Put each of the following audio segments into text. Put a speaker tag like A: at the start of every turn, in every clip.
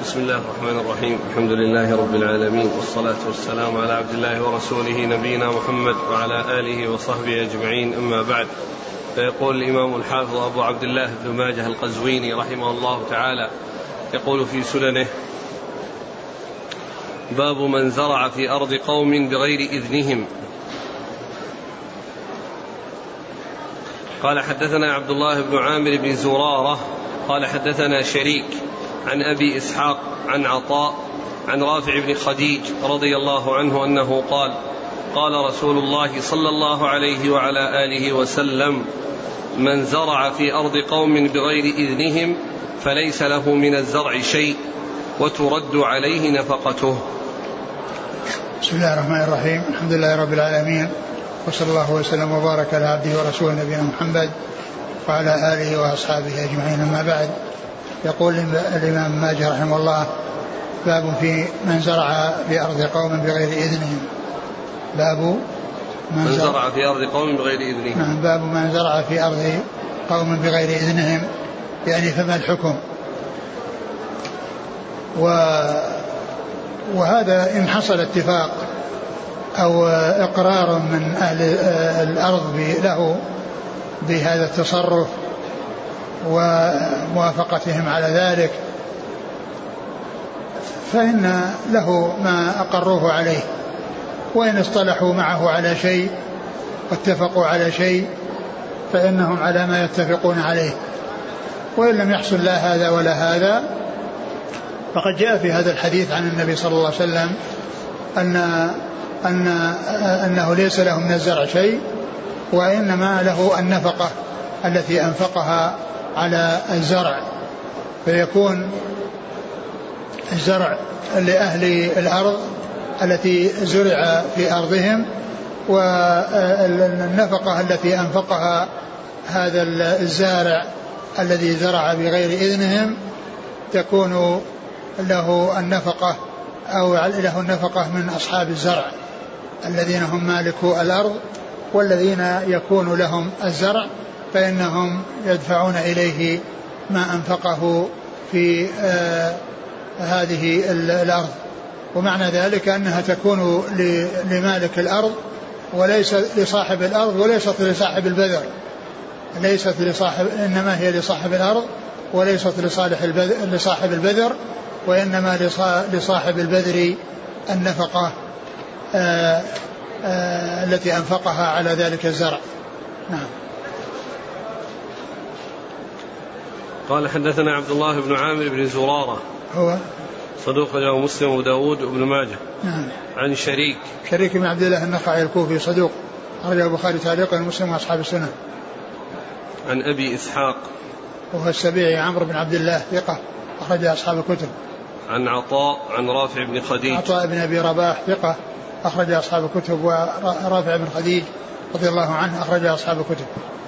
A: بسم الله الرحمن الرحيم. الحمد لله رب العالمين، والصلاة والسلام على عبد الله ورسوله نبينا محمد وعلى آله وصحبه أجمعين، أما بعد. فيقول الإمام الحافظ أبو عبد الله بن ماجه القزويني رحمه الله تعالى يقول في سننه: باب من زرع في أرض قوم بغير إذنهم. قال حدثنا عبد الله بن عامر بن زرارة قال حدثنا شريك عن أبي إسحاق عن عطاء عن رافع بن خديج رضي الله عنه أنه قال: قال رسول الله صلى الله عليه وعلى آله وسلم: من زرع في أرض قوم بغير إذنهم فليس له من الزرع شيء وترد عليه نفقته.
B: بسم الله الرحمن الرحيم. الحمد لله رب العالمين، وصلى الله وسلم وبارك على عبده ورسوله نبينا محمد وعلى آله وأصحابه أجمعين، أما بعد. يقول الإمام ماجه رحمه الله: باب في من زرع في أرض قوم بغير إذنهم. باب
A: من زرع في أرض قوم بغير إذنهم.
B: باب من زرع في أرض قوم بغير إذنهم، يعني فما الحكم؟ وهذا إن حصل اتفاق أو إقرار من أهل الأرض له بهذا التصرف وموافقتهم على ذلك، فإن له ما أقروه عليه، وإن اصطلحوا معه على شيء واتفقوا على شيء فإنهم على ما يتفقون عليه، وإن لم يحصل لا هذا ولا هذا. فقد جاء في هذا الحديث عن النبي صلى الله عليه وسلم أنه ليس له من الزرع شيء، وإنما له النفقة التي أنفقها على الزرع، فيكون الزرع لأهل الأرض التي زرع في أرضهم، والنفقة التي أنفقها هذا الزارع الذي زرع بغير إذنهم تكون له النفقة أو له النفقة من أصحاب الزرع الذين هم مالكو الأرض، والذين يكون لهم الزرع فإنهم يدفعون إليه ما أنفقه في هذه الأرض. ومعنى ذلك أنها تكون لمالك الأرض وليس لصاحب الأرض، وليست لصاحب البذر، ليست لصاحب، إنما هي لصاحب الأرض وليست لصاحب البذر، وإنما لصاحب البذر النفقة التي أنفقها على ذلك الزرع. نعم.
A: قال حدثنا عبد الله بن عامر بن زرارة،
B: هو
A: صدوق له مسلم وداود وابن ماجه.
B: نعم.
A: عن شريك
B: بن عبد الله النخعي الكوفي صدوق، أخرجه البخاري تعليقا ومسلم وأصحاب السنة.
A: عن أبي إسحاق
B: وهو السبيعي عمرو بن عبد الله ثقة، أخرج أصحاب الكتب.
A: عن عطاء عن رافع بن خديج،
B: عطاء بن أبي رباح ثقة، أخرج أصحاب الكتب. ورافع بن خديج رضي الله عنه أخرج أصحاب الكتب.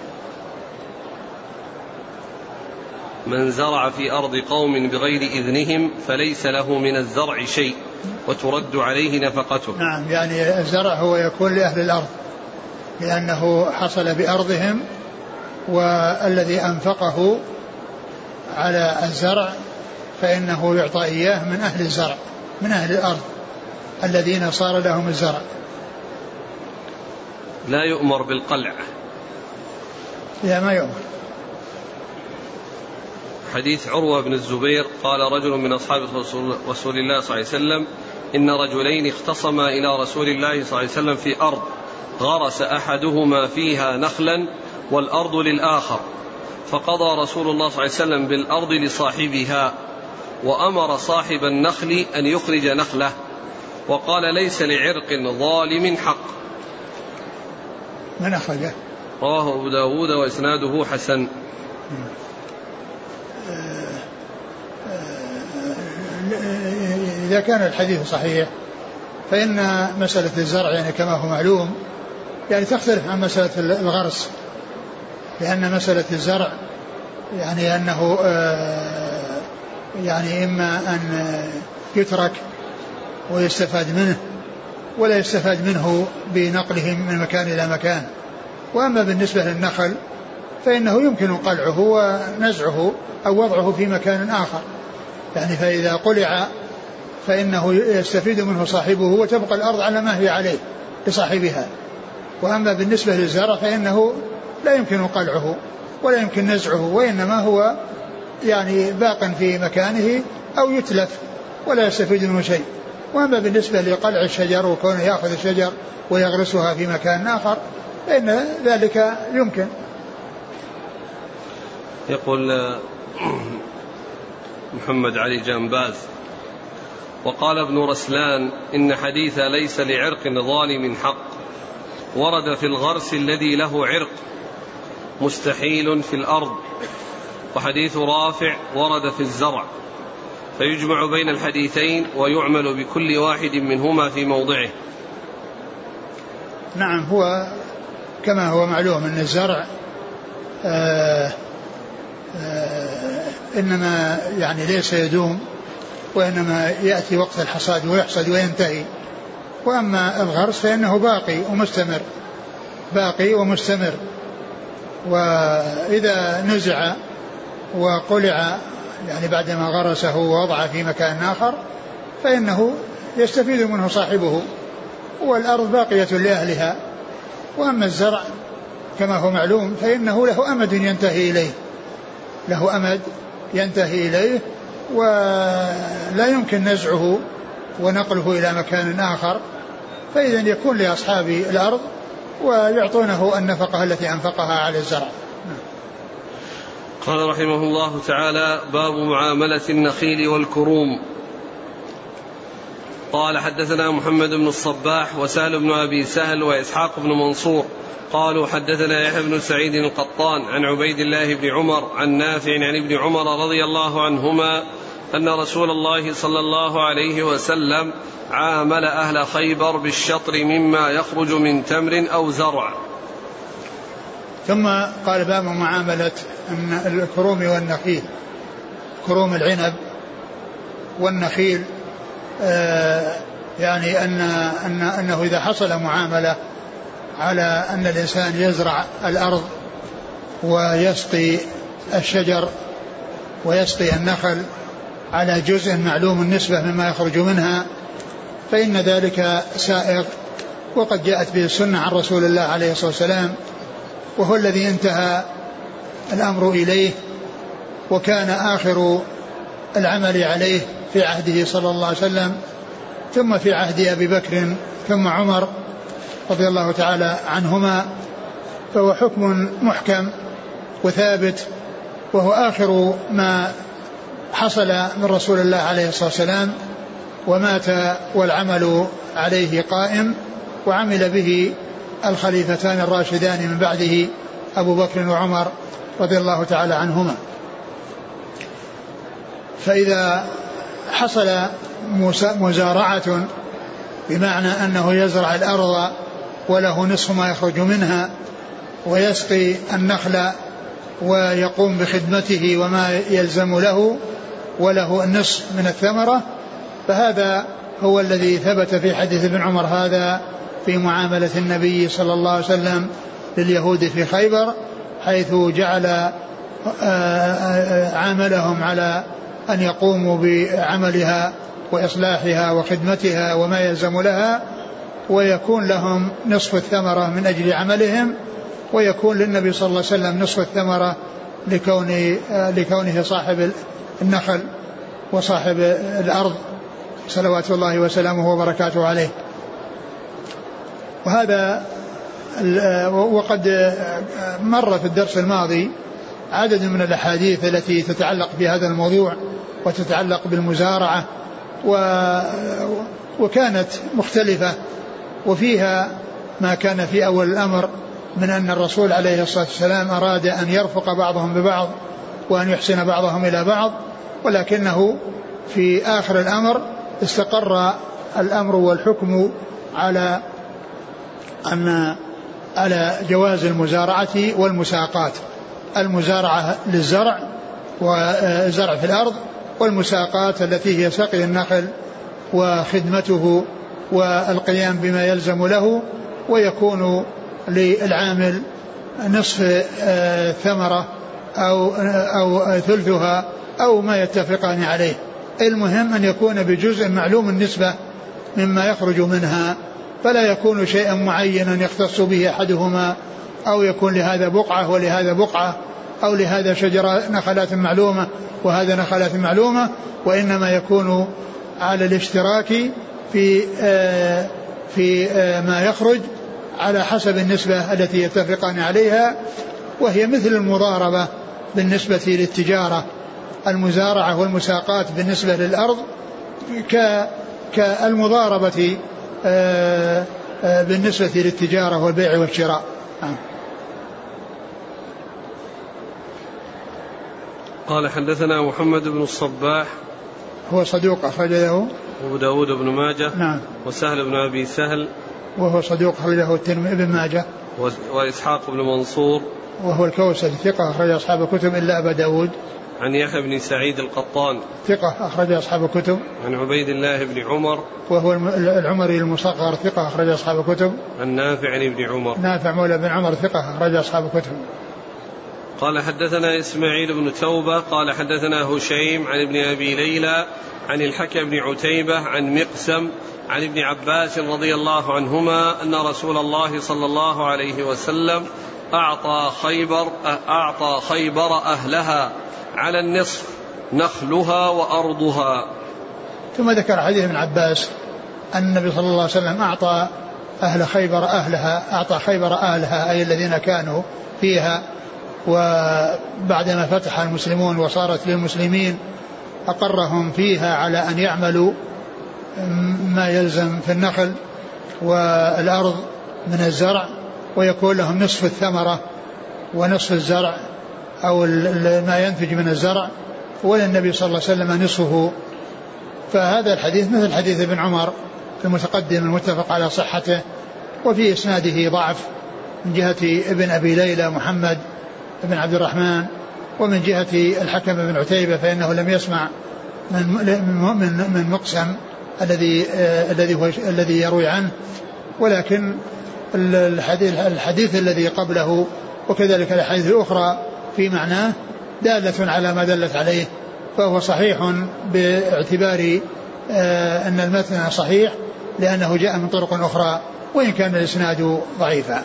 A: من زرع في أرض قوم بغير إذنهم فليس له من الزرع شيء وترد عليه نفقته.
B: نعم، يعني الزرع هو يكون لأهل الأرض لأنه حصل بأرضهم، والذي أنفقه على الزرع فإنه يعطى إياه من أهل الزرع، من أهل الأرض الذين صار لهم الزرع.
A: لا يؤمر بالقلع.
B: لا، ما يؤمر.
A: حديث عروة بن الزبير قال رجل من أصحاب رسول الله صلى الله عليه وسلم: إن رجلين اختصما إلى رسول الله صلى الله عليه وسلم في أرض غرس أحدهما فيها نخلا والأرض للآخر، فقضى رسول الله صلى الله عليه وسلم بالأرض لصاحبها، وأمر صاحب النخل أن يخرج نخله، وقال: ليس لعرق ظالم حق.
B: من أخرجه؟
A: رواه أبو داود وإسناده حسن.
B: إذا كان الحديث صحيح فإن مسألة الزرع يعني كما هو معلوم يعني تختلف عن مسألة الغرس، لأن مسألة الزرع يعني أنه يعني إما أن يترك ويستفاد منه، ولا يستفاد منه بنقله من مكان إلى مكان. وأما بالنسبة للنخل فإنه يمكن قلعه ونزعه أو وضعه في مكان آخر، يعني فإذا قلع فإنه يستفيد منه صاحبه وتبقى الأرض على ما هي عليه لصاحبها. وأما بالنسبة للزرع فإنه لا يمكن قلعه ولا يمكن نزعه، وإنما هو يعني باق في مكانه أو يتلف ولا يستفيد منه شيء. وأما بالنسبة لقلع الشجر وكونه يأخذ الشجر ويغرسها في مكان آخر فإن ذلك يمكن.
A: يقول محمد علي جنباز: وقال ابن رسلان إن حديث ليس لعرق ظالم حق ورد في الغرس الذي له عرق مستحيل في الأرض، وحديث رافع ورد في الزرع، فيجمع بين الحديثين ويعمل بكل واحد منهما في موضعه.
B: نعم، هو كما هو معلوم أن الزرع إنما يعني ليس يدوم، وإنما يأتي وقت الحصاد ويحصد وينتهي. وأما الغرس فإنه باقي ومستمر. وإذا نزع وقلع يعني بعدما غرسه ووضع في مكان آخر فإنه يستفيد منه صاحبه والأرض باقية لأهلها. وأما الزرع كما هو معلوم فإنه له أمد ينتهي إليه ولا يمكن نزعه ونقله إلى مكان آخر، فإذا يكون لأصحاب الأرض ويعطونه النفقة التي أنفقها على الزرع.
A: قال رحمه الله تعالى: باب معاملة النخيل والكروم. قال: حدثنا محمد بن الصباح وسهل بن أبي سهل وإسحاق بن منصور قالوا: حدثنا يحيى بن سعيد القطان عن عبيد الله بن عمر عن نافع عن ابن عمر رضي الله عنهما أن رسول الله صلى الله عليه وسلم عامل أهل خيبر بالشطر مما يخرج من تمر أو زرع.
B: ثم قال: باب معاملة الكروم والنخيل، كروم العنب والنخيل، يعني أنه إذا حصل معاملة على أن الإنسان يزرع الأرض ويسقي الشجر ويسقي النخل على جزء معلوم النسبة مما يخرج منها، فإن ذلك سائغ، وقد جاءت به السنة عن رسول الله عليه الصلاة والسلام، وهو الذي انتهى الأمر إليه، وكان آخر العمل عليه في عهده صلى الله عليه وسلم، ثم في عهد أبي بكر، ثم عمر رضي الله تعالى عنهما. فهو حكم محكم وثابت، وهو آخر ما حصل من رسول الله عليه الصلاة والسلام، ومات والعمل عليه قائم، وعمل به الخليفتان الراشدان من بعده أبو بكر وعمر رضي الله تعالى عنهما. فإذا حصل مزارعة بمعنى أنه يزرع الأرض وله نصف ما يخرج منها ويسقي النخل ويقوم بخدمته وما يلزم له وله النصف من الثمرة، فهذا هو الذي ثبت في حديث ابن عمر هذا في معاملة النبي صلى الله عليه وسلم لليهود في خيبر، حيث جعل عاملهم على أن يقوموا بعملها وإصلاحها وخدمتها وما يلزم لها، ويكون لهم نصف الثمرة من أجل عملهم، ويكون للنبي صلى الله عليه وسلم نصف الثمرة لكونه صاحب النخل وصاحب الأرض صلوات الله وسلامه وبركاته عليه. وهذا وقد مر في الدرس الماضي عدد من الأحاديث التي تتعلق بهذا الموضوع وتتعلق بالمزارعة، وكانت مختلفة، وفيها ما كان في أول الأمر من أن الرسول عليه الصلاة والسلام أراد أن يرفق بعضهم ببعض وأن يحسن بعضهم إلى بعض، ولكنه في آخر الأمر استقر الأمر والحكم على جواز المزارعة والمساقات، المزارعة للزرع وزرع في الأرض، والمساقات التي هي سقي النخل وخدمته والقيام بما يلزم له، ويكون للعامل نصف ثمرة أو ثلثها أو ما يتفقان عليه. المهم أن يكون بجزء معلوم النسبة مما يخرج منها، فلا يكون شيئا معينا يختص به أحدهما، أو يكون لهذا بقعة ولهذا بقعة، أو لهذا شجرة نخلات معلومة وهذا نخلات معلومة، وإنما يكون على الاشتراك في ما يخرج على حسب النسبة التي يتفقان عليها، وهي مثل المضاربة بالنسبة للتجارة، المزارعة والمساقات بالنسبة للأرض كالمضاربة بالنسبة للتجارة والبيع والشراء.
A: قال حدثنا محمد بن الصباح
B: هو صدوق أخرج له
A: أبو داود بن ماجه.
B: نعم.
A: وسهل بن أبي سهل
B: وهو صدوق أخرج له الترمذي بن ماجه.
A: وإسحاق بن منصور
B: وهو الكوسج ثقة أخرج أصحاب الكتب إلا أبا داود.
A: عن يحيى بن سعيد القطان
B: ثقة أخرج أصحاب الكتب.
A: عن عبيد الله بن عمر
B: وهو العمري المصغر ثقة أخرج أصحاب الكتب.
A: عن نافع بن عمر.
B: نافع مولى بن عمر ثقة أخرج أصحاب الكتب.
A: قال حدثنا إسماعيل بن توبة قال حدثنا هشيم عن ابن أبي ليلى عن الحكم بن عتيبة عن مقسم عن ابن عباس رضي الله عنهما أن رسول الله صلى الله عليه وسلم أعطى خيبر أهلها على النصف نخلها وأرضها.
B: ثم ذكر حديث ابن عباس أن النبي صلى الله عليه وسلم أعطى أهل خيبر أهلها، أعطى خيبر أهلها أي الذين كانوا فيها، وبعدما فتح المسلمون وصارت للمسلمين أقرهم فيها على أن يعملوا ما يلزم في النخل والأرض من الزرع، ويكون لهم نصف الثمرة ونصف الزرع أو ما ينتج من الزرع، وللنبي صلى الله عليه وسلم نصفه. فهذا الحديث مثل حديث ابن عمر المتقدم المتفق على صحته، وفي إسناده ضعف من جهة ابن أبي ليلى محمد بن عبد الرحمن، ومن جهة الحكم بن عتيبة فإنه لم يسمع من مقسم الذي يروي عنه، ولكن الحديث الذي قبله وكذلك الحديث الأخرى في معناه دالة على ما دلت عليه، فهو صحيح باعتبار أن المتن صحيح لأنه جاء من طرق أخرى وإن كان الإسناد ضعيفا.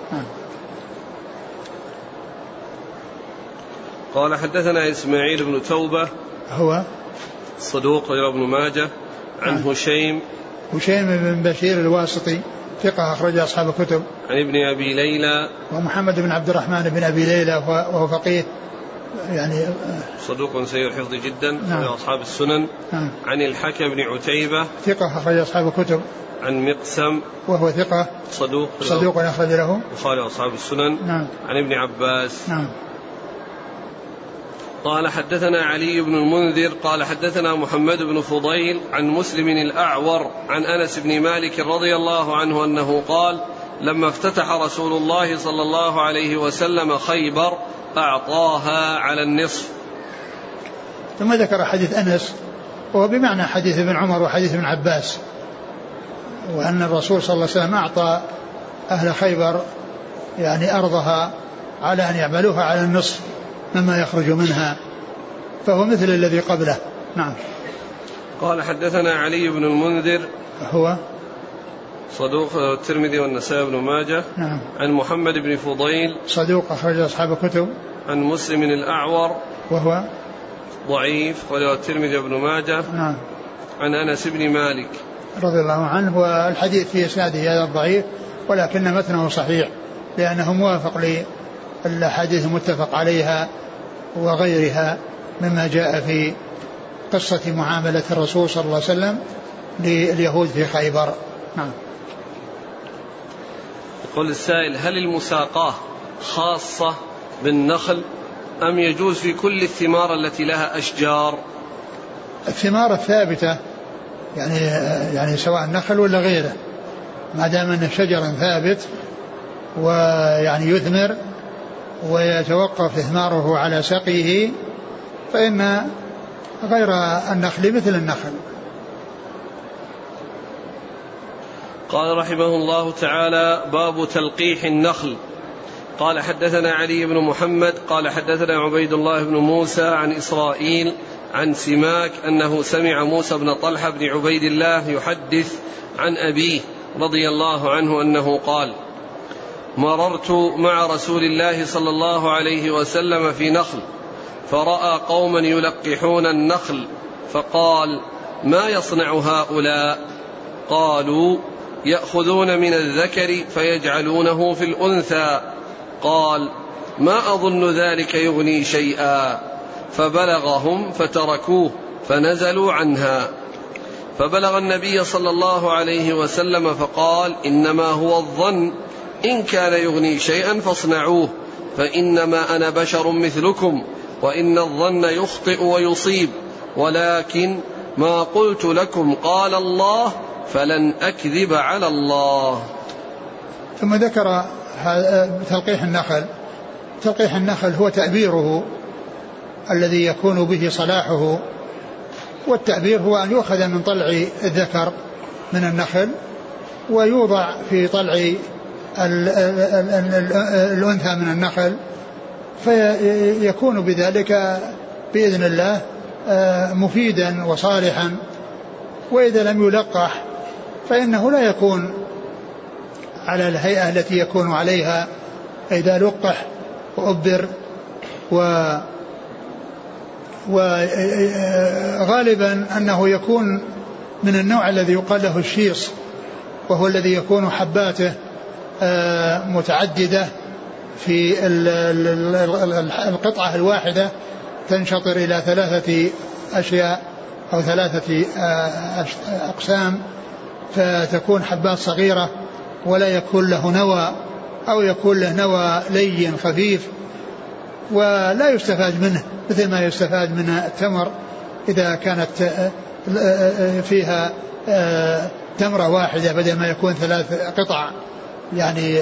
A: قال حدثنا إسماعيل بن توبة
B: هو
A: صدوق غير ابن ماجه. عن هشيم
B: بن بشير الواسطي ثقة أخرج أصحاب الكتب.
A: عن ابن أبي ليلى
B: ومحمد بن عبد الرحمن بن أبي ليلى وهو فقيه يعني
A: صدوق سيء الحفظ جدا.
B: نعم.
A: أصحاب السنن.
B: نعم.
A: عن الحكم بن عتيبة
B: ثقة أخرج أصحاب الكتب.
A: عن مقسم
B: وهو ثقة صدوق أخرج له
A: البخاري وأصحاب السنن.
B: نعم.
A: عن ابن عباس.
B: نعم.
A: قال حدثنا علي بن المنذر قال حدثنا محمد بن فضيل عن مسلم الأعور عن أنس بن مالك رضي الله عنه أنه قال لما افتتح رسول الله صلى الله عليه وسلم خيبر أعطاها على النصف.
B: ثم ذكر حديث أنس وهو بمعنى حديث ابن عمر وحديث ابن عباس، وأن الرسول صلى الله عليه وسلم أعطى أهل خيبر يعني أرضها على أن يعملوها على النصف مما يخرج منها، فهو مثل الذي قبله. نعم.
A: قال حدثنا علي بن المنذر
B: هو
A: صدوق الترمذي والنسائي بن ماجه.
B: نعم.
A: عن محمد بن فضيل
B: صدوق أخرج أصحاب الكتب.
A: عن مسلم الأعور
B: وهو
A: ضعيف وله الترمذي وابن ماجه.
B: نعم.
A: عن أنس بن مالك
B: رضي الله عنه، والحديث في إسناده هذا الضعيف ولكن متنه صحيح لأنه موافق للأحاديث المتفق عليها وغيرها مما جاء في قصة معاملة الرسول صلى الله عليه وسلم لليهود في خيبر. نعم.
A: يقول السائل هل المساقاة خاصة بالنخل أم يجوز في كل الثمار التي لها أشجار؟
B: الثمار الثابتة يعني سواء نخل ولا غيره ما دام أنه شجر ثابت ويعني يثمر ويتوقف إثماره على سقيه فإن غير النخل مثل النخل.
A: قال رحمه الله تعالى باب تلقيح النخل. قال حدثنا علي بن محمد قال حدثنا عبيد الله بن موسى عن إسرائيل عن سماك أنه سمع موسى بن طلحة بن عبيد الله يحدث عن أبيه رضي الله عنه أنه قال: مررت مع رسول الله صلى الله عليه وسلم في نخل فرأى قوما يلقحون النخل فقال: ما يصنع هؤلاء؟ قالوا: يأخذون من الذكر فيجعلونه في الأنثى. قال: ما أظن ذلك يغني شيئا. فبلغهم فتركوه فنزلوا عنها. فبلغ النبي صلى الله عليه وسلم فقال: إنما هو الظن، إن كان يغني شيئا فاصنعوه، فإنما أنا بشر مثلكم، وإن الظن يخطئ ويصيب، ولكن ما قلت لكم قال الله فلن أكذب على الله.
B: ثم ذكر تلقيح النخل. تلقيح النخل هو تأبيره الذي يكون به صلاحه، والتأبير هو أن يؤخذ من طلع الذكر من النخل ويوضع في طلع الأنثى من النخل، فيكون بذلك بإذن الله مفيدا وصالحا. وإذا لم يلقح فإنه لا يكون على الهيئة التي يكون عليها إذا لقح وأبر. وغالبا أنه يكون من النوع الذي يقال له الشيص، وهو الذي يكون حباته متعددة في القطعة الواحدة، تنشطر إلى 3 أشياء أو 3 أقسام، فتكون حبات صغيرة ولا يكون له نوى، أو يكون له نوى لين خفيف، ولا يستفاد منه مثل ما يستفاد من التمر إذا كانت فيها تمرة واحدة بدل ما يكون 3 قطع، يعني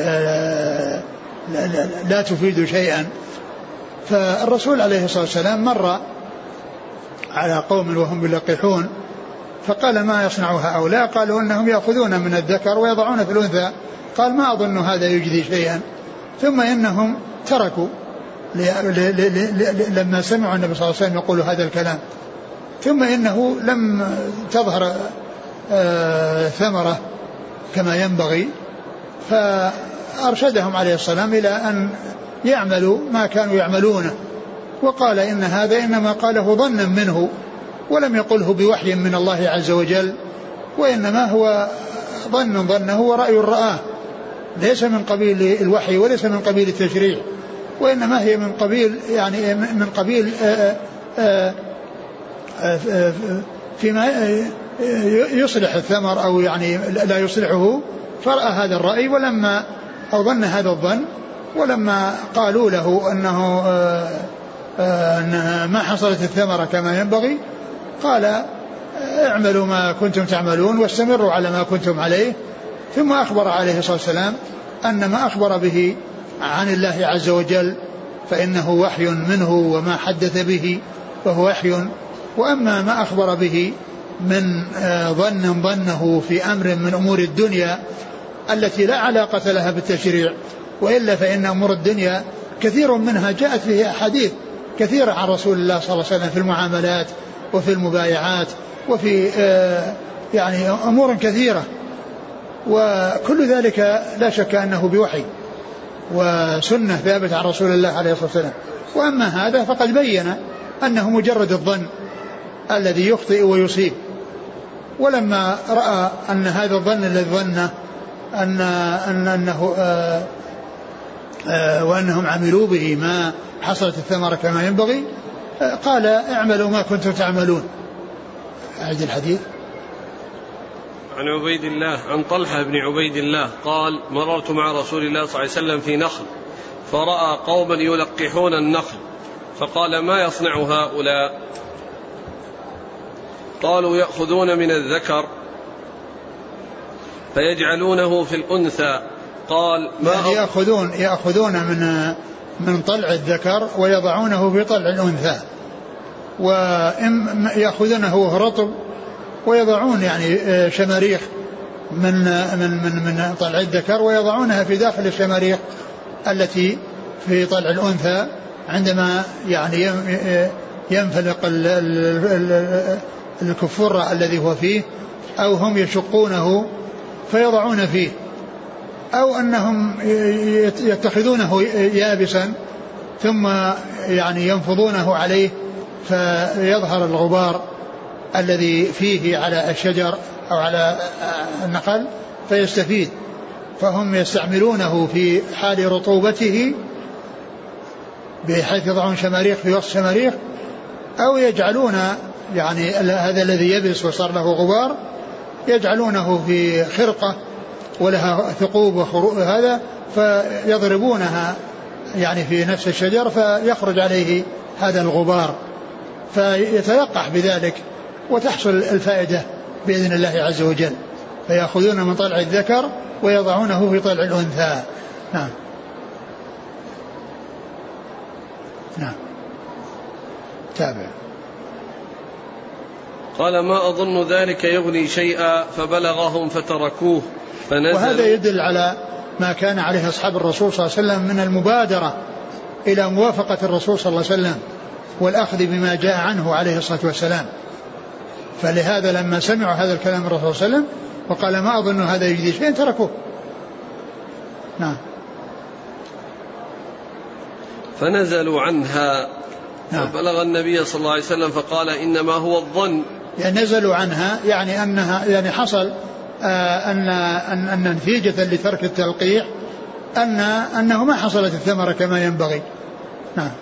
B: لا تفيد شيئا. فالرسول عليه الصلاة والسلام مر على قوم وهم يلقحون فقال: ما يصنع هؤلاء؟ قالوا: إنهم يأخذون من الذكر ويضعون في الأنثى. قال: ما أظن هذا يجدي شيئا. ثم إنهم تركوا لما سمعوا النبي صلى الله عليه وسلم يقول هذا الكلام. ثم إنه لم تظهر ثمرة كما ينبغي، فأرشدهم عليه السلام إلى أن يعملوا ما كانوا يعملونه، وقال: إن هذا إنما قاله ظنا منه، ولم يقله بوحي من الله عز وجل، وإنما هو ظنه ورأي رآه، ليس من قبيل الوحي وليس من قبيل التشريع، وإنما هي من قبيل يعني من قبيل فيما يصلح الثمر أو يعني لا يصلحه. فرأى هذا الرأي ولما أو ظن هذا الظن، ولما قالوا له أنه ما حصلت الثمرة كما ينبغي قال: اعملوا ما كنتم تعملون واستمروا على ما كنتم عليه. ثم أخبر عليه الصلاة والسلام أن ما أخبر به عن الله عز وجل فإنه وحي منه، وما حدث به فهو وحي. وأما ما أخبر به من ظنه في أمر من أمور الدنيا التي لا علاقة لها بالتشريع، وإلا فإن أمور الدنيا كثير منها جاءت فيه أحاديث كثيرة عن رسول الله صلى الله عليه وسلم في المعاملات وفي المبايعات وفي يعني أمور كثيرة، وكل ذلك لا شك أنه بوحي وسنة ثابت عن رسول الله عليه الصلاة والسلام. وأما هذا فقد بين أنه مجرد الظن الذي يخطئ ويصيب. ولما رأى أن هذا الظن الذي ظنه أنه وأنهم عملوا به ما حصلت الثمرة كما ينبغي، قال: اعملوا ما كنتم تعملون. أعد الحديث.
A: عن عبيد الله عن طلحة بن عبيد الله قال: مررت مع رسول الله صلى الله عليه وسلم في نخل فرأى قوما يلقحون النخل فقال: ما يصنع هؤلاء؟ قالوا: يأخذون من الذكر فيجعلونه في الأنثى. قال: ما
B: يعني يأخذون من طلع الذكر ويضعونه في طلع الأنثى، ويأخذونه وهو رطب ويضعون يعني شماريخ من طلع الذكر ويضعونها في داخل الشماريخ التي في طلع الأنثى عندما يعني ينفلق الكفور الذي هو فيه، أو هم يشقونه فيضعون فيه، أو أنهم يتخذونه يابسا ثم يعني ينفضونه عليه فيظهر الغبار الذي فيه على الشجر أو على النخل فيستفيد. فهم يستعملونه في حال رطوبته بحيث يضعون شماريخ في وسط شماريخ، أو يجعلون يعني هذا الذي يبس وصار له غبار يجعلونه في خرقة ولها ثقوب هذا فيضربونها يعني في نفس الشجر فيخرج عليه هذا الغبار فيتلقح بذلك وتحصل الفائدة بإذن الله عز وجل، فيأخذون من طلع الذكر ويضعونه في طلع الأنثى. نعم. نعم. تابع.
A: قال ما أظن ذلك يغني شيئا فبلغهم فتركوه فنزل.
B: وهذا يدل على ما كان عليه أصحاب الرسول صلى الله عليه وسلم من المبادرة إلى موافقة الرسول صلى الله عليه وسلم والأخذ بما جاء عنه عليه الصلاة والسلام. فلهذا لما سمعوا هذا الكلام الرسول صلى الله عليه وسلم وقال ما أظن هذا يجدي شيئا تركوه. نعم.
A: فنزلوا عنها. نعم. فبلغ النبي صلى الله عليه وسلم فقال إنما هو الظن.
B: يعني نزلوا عنها يعني أنها يعني حصل أن نتيجة لترك التلقيح أنه ما حصلت الثمرة كما ينبغي. نعم.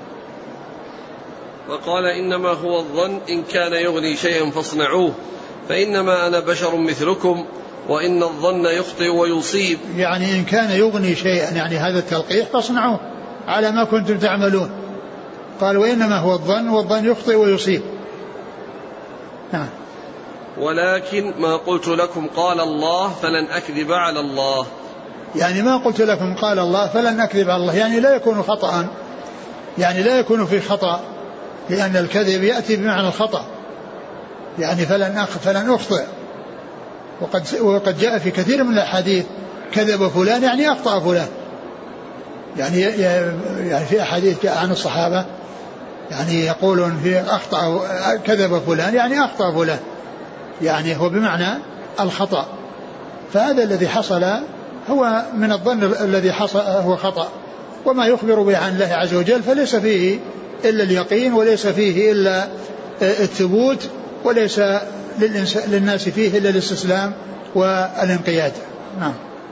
A: وقال إنما هو الظن إن كان يغني شيئا فاصنعوه فإنما أنا بشر مثلكم وإن الظن يخطئ ويصيب.
B: يعني إن كان يغني شيئا يعني هذا التلقيح فاصنعوه على ما كنتم تعملون. قال وإنما هو الظن والظن يخطئ ويصيب. نعم.
A: ولكن ما قلت لكم قال الله فلن أكذب على الله.
B: يعني ما قلت لكم قال الله فلن أكذب على الله يعني لا يكون خطأ، يعني لا يكون في خطأ، لأن الكذب يأتي بمعنى الخطأ، يعني فلن أخطئ. وقد جاء في كثير من الأحاديث كذب فلان يعني أخطأ فلان، يعني في أحاديث جاء عن الصحابة يعني يقولون في أخطأ كذب فلان يعني أخطأ فلان، يعني هو بمعنى الخطأ. فهذا الذي حصل هو من الظن الذي حصل هو خطأ، وما يخبر به عن الله عز وجل فليس فيه إلا اليقين وليس فيه إلا الثبوت وليس للناس فيه إلا الاستسلام والانقياد. نعم.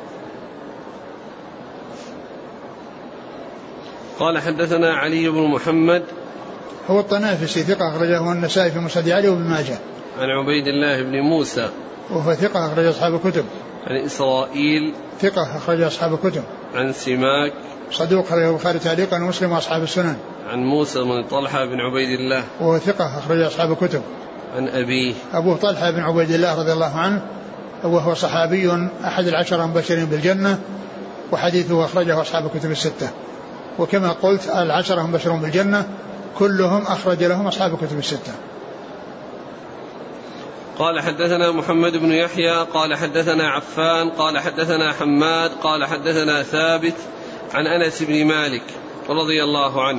A: قال حدثنا علي بن محمد
B: هو الطنافسي ثقة أخرجه النسائي في مسند علي وابن ماجه.
A: عن عبيد الله بن موسى
B: وهو ثقة أخرج أصحاب الكتب.
A: عن إسرائيل
B: ثقة أخرج أصحاب الكتب.
A: عن سماك
B: صدوق أخرجه البخاري تعليقا ومسلم وأصحاب السنن.
A: عن موسى بن طلحة بن عبيد الله
B: وهو ثقة أخرج أصحاب الكتب.
A: عن أبيه
B: أبوه طلحة بن عبيد الله رضي الله عنه وهو صحابي أحد العشرة المبشرين بالجنة، وحديثه أخرجه أصحاب الكتب الستة. وكما قلت العشرة المبشرون بالجنة كلهم أخرج لهم أصحاب الكتب الستة.
A: قال حدثنا محمد بن يحيى قال حدثنا عفان قال حدثنا حماد قال حدثنا ثابت عن أنس بن مالك رضي الله عنه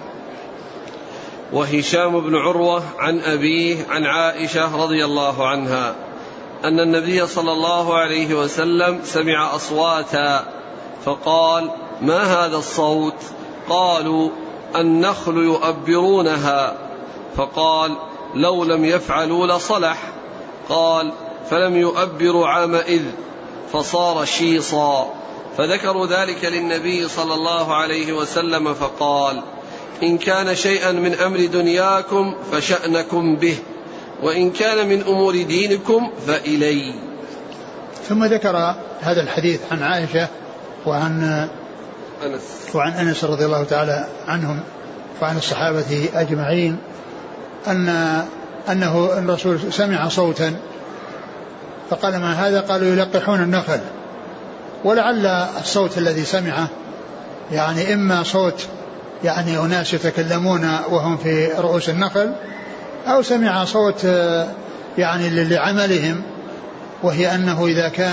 A: وهشام بن عروة عن أبيه عن عائشة رضي الله عنها أن النبي صلى الله عليه وسلم سمع أصواتا فقال ما هذا الصوت؟ قالوا النخل يؤبرونها. فقال لو لم يفعلوا لصلح. قال فلم يؤبروا عامئذ فصار شيصا. فذكروا ذلك للنبي صلى الله عليه وسلم فقال إن كان شيئا من أمر دنياكم فشأنكم به وإن كان من أمور دينكم فإلي.
B: ثم ذكر هذا الحديث عن عائشة وعن أنس رضي الله تعالى عنهم وعن الصحابة أجمعين أنه الرسول سمع صوتا فقال ما هذا؟ قالوا يلقحون النخل. ولعل الصوت الذي سمعه يعني إما صوت يعني أناس يتكلمون وهم في رؤوس النخل، أو سمع صوت يعني لعملهم، وهي أنه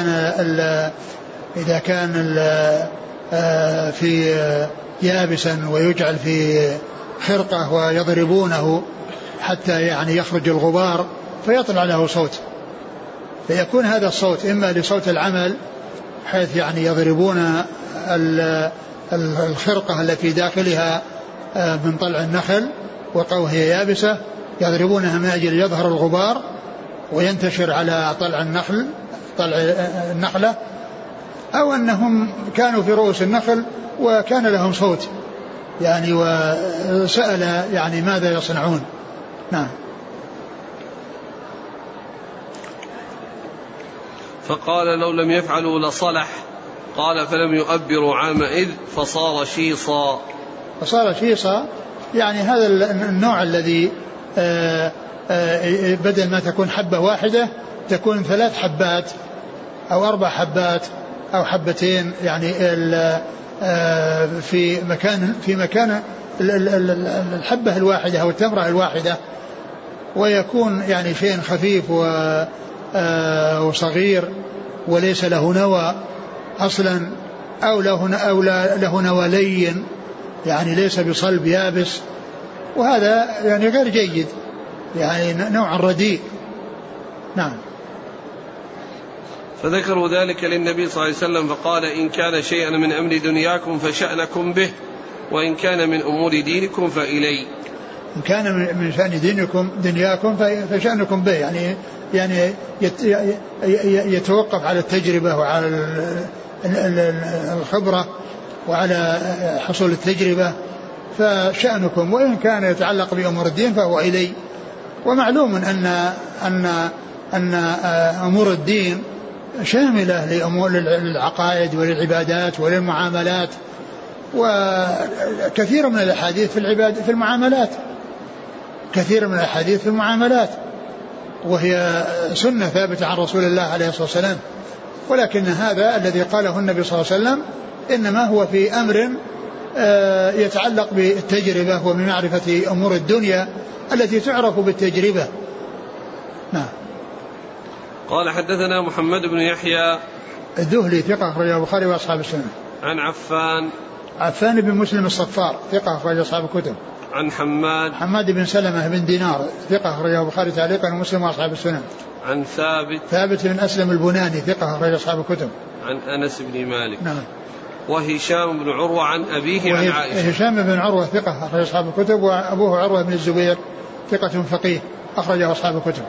B: إذا كان في يابسا ويجعل خرقة ويضربونه حتى يعني يخرج الغبار فيطلع له صوت، فيكون هذا الصوت إما لصوت العمل حيث يعني يضربون الخرقة التي داخلها من طلع النخل وهي يابسة، يضربونها من أجل يظهر الغبار وينتشر على طلع النخلة، أو أنهم كانوا في رؤوس النخل وكان لهم صوت يعني وسأل يعني ماذا يصنعون. نعم.
A: فقال لو لم يفعلوا لصلح، قال فلم يؤبروا عامئذ فصار شيصا.
B: فصار شيصا يعني هذا النوع الذي بدل ما تكون حبة واحدة تكون 3 حبات أو 4 حبات أو حبتين يعني في مكان الحبة الواحدة أو التمرة الواحدة، ويكون يعني شيء خفيف وصغير وليس له نوى أصلا أو له نوى لين يعني ليس بصلب يابس، وهذا يعني غير جيد يعني نوع رديء. نعم.
A: فذكروا ذلك للنبي صلى الله عليه وسلم فقال إن كان شيئا من أمر دنياكم فشأنكم به، وإن كان من أمور دينكم فإلي.
B: إن كان من شأن دنياكم فشأنكم به، يعني يتوقف على التجربة وعلى الخبرة وعلى حصول التجربة، فشأنكم، وإن كان يتعلق بأمور الدين فهو إلي. ومعلوم أن أمور الدين شاملة لأمور العقائد وللعبادات وللمعاملات، وكثير من الأحاديث في المعاملات، كثير من الأحاديث في المعاملات، وهي سنة ثابتة عن رسول الله عليه الصلاة والسلام. ولكن هذا الذي قاله النبي صلى الله عليه وسلم إنما هو في أمر يتعلق بالتجربة وبمعرفة أمور الدنيا التي تعرف بالتجربة. نعم.
A: قال حدثنا محمد بن يحيى
B: الذهلي ثقة أخرجه البخاري وأصحاب السنن.
A: عن
B: عفان بن مسلم الصفار ثقة أخرج أصحاب الكتب.
A: عن حماد
B: بن سلمة بن دينار ثقة أخرجه البخاري تعليقا ومسلم وأصحاب السنن.
A: عن
B: ثابت بن أسلم البناني ثقة أخرج أصحاب الكتب.
A: عن أنس بن مالك.
B: نعم.
A: وهشام بن عروة عن أبيه عن عائشة.
B: هشام بن عروة ثقة أخرج أصحاب الكتب، وأبوه عروة بن الزبير ثقة فقيه أخرجه أصحاب الكتب.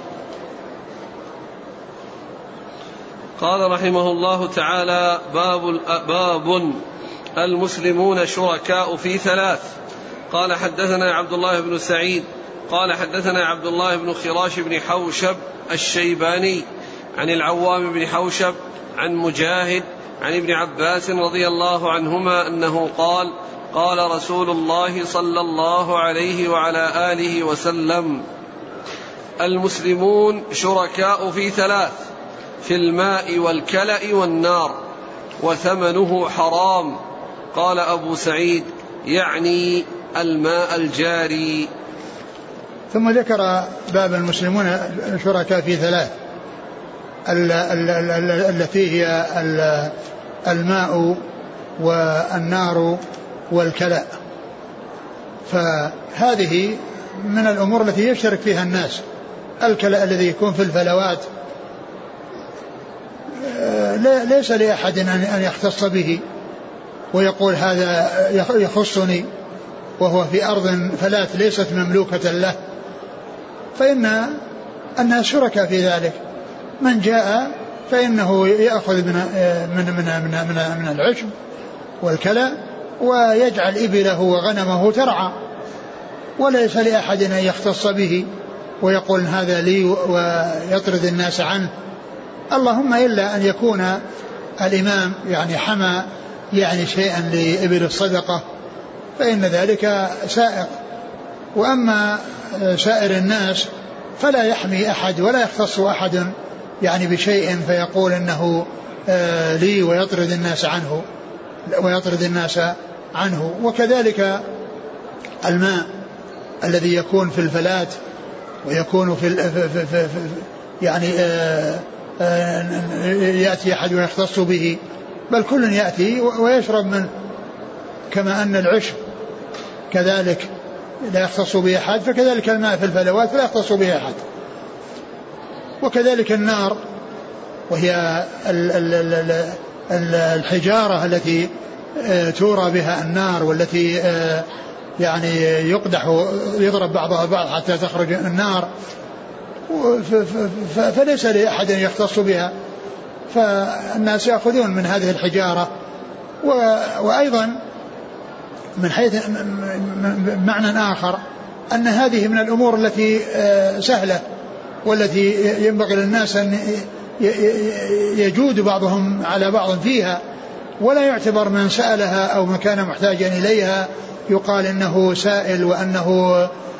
A: قال رحمه الله تعالى باب المسلمون شركاء في 3. قال حدثنا عبد الله بن سعيد قال حدثنا عبد الله بن خراش بن حوشب الشيباني عن العوام بن حوشب عن مجاهد عن ابن عباس رضي الله عنهما أنه قال قال رسول الله صلى الله عليه وعلى آله وسلم المسلمون شركاء في 3: في الماء والكلأ والنار، وثمنه حرام. قال أبو سعيد يعني الماء الجاري.
B: ثم ذكر باب المسلمون شركاء في 3 التي هي الماء والنار والكلأ، فهذه من الأمور التي يشترك فيها الناس. الكلأ الذي يكون في الفلوات ليس لأحد أن يختص به ويقول هذا يخصني وهو في أرض فلات ليست مملوكة له، فإن الناس شركاء في ذلك. من جاء فإنه يأخذ من العشب والكلى ويجعل إبله وغنمه ترعى، وليس لأحد أن يختص به ويقول هذا لي ويطرد الناس عنه، اللهم إلا أن يكون الإمام يعني حمى يعني شيئا لإبل الصدقة فإن ذلك سائق. وأما سائر الناس فلا يحمي أحد ولا يختص أحد يعني بشيء فيقول إنه لي ويطرد الناس عنه. وكذلك الماء الذي يكون في الفلات ويكون في يعني يأتي أحد ويختص به، بل كل يأتي ويشرب منه، كما أن العشب كذلك لا يختص به أحد، فكذلك الماء في الفلوات لا يختص به أحد. وكذلك النار، وهي الحجارة التي تورى بها النار، والتي يعني يضرب بعضها بعض حتى تخرج النار، فليس لأحد يختص بها، فالناس يأخذون من هذه الحجارة. وأيضا من حيث معنى آخر أن هذه من الأمور التي سهلة، والتي ينبغي للناس أن يجود بعضهم على بعض فيها، ولا يعتبر من سألها أو من كان محتاجا إليها يقال إنه سائل وأنه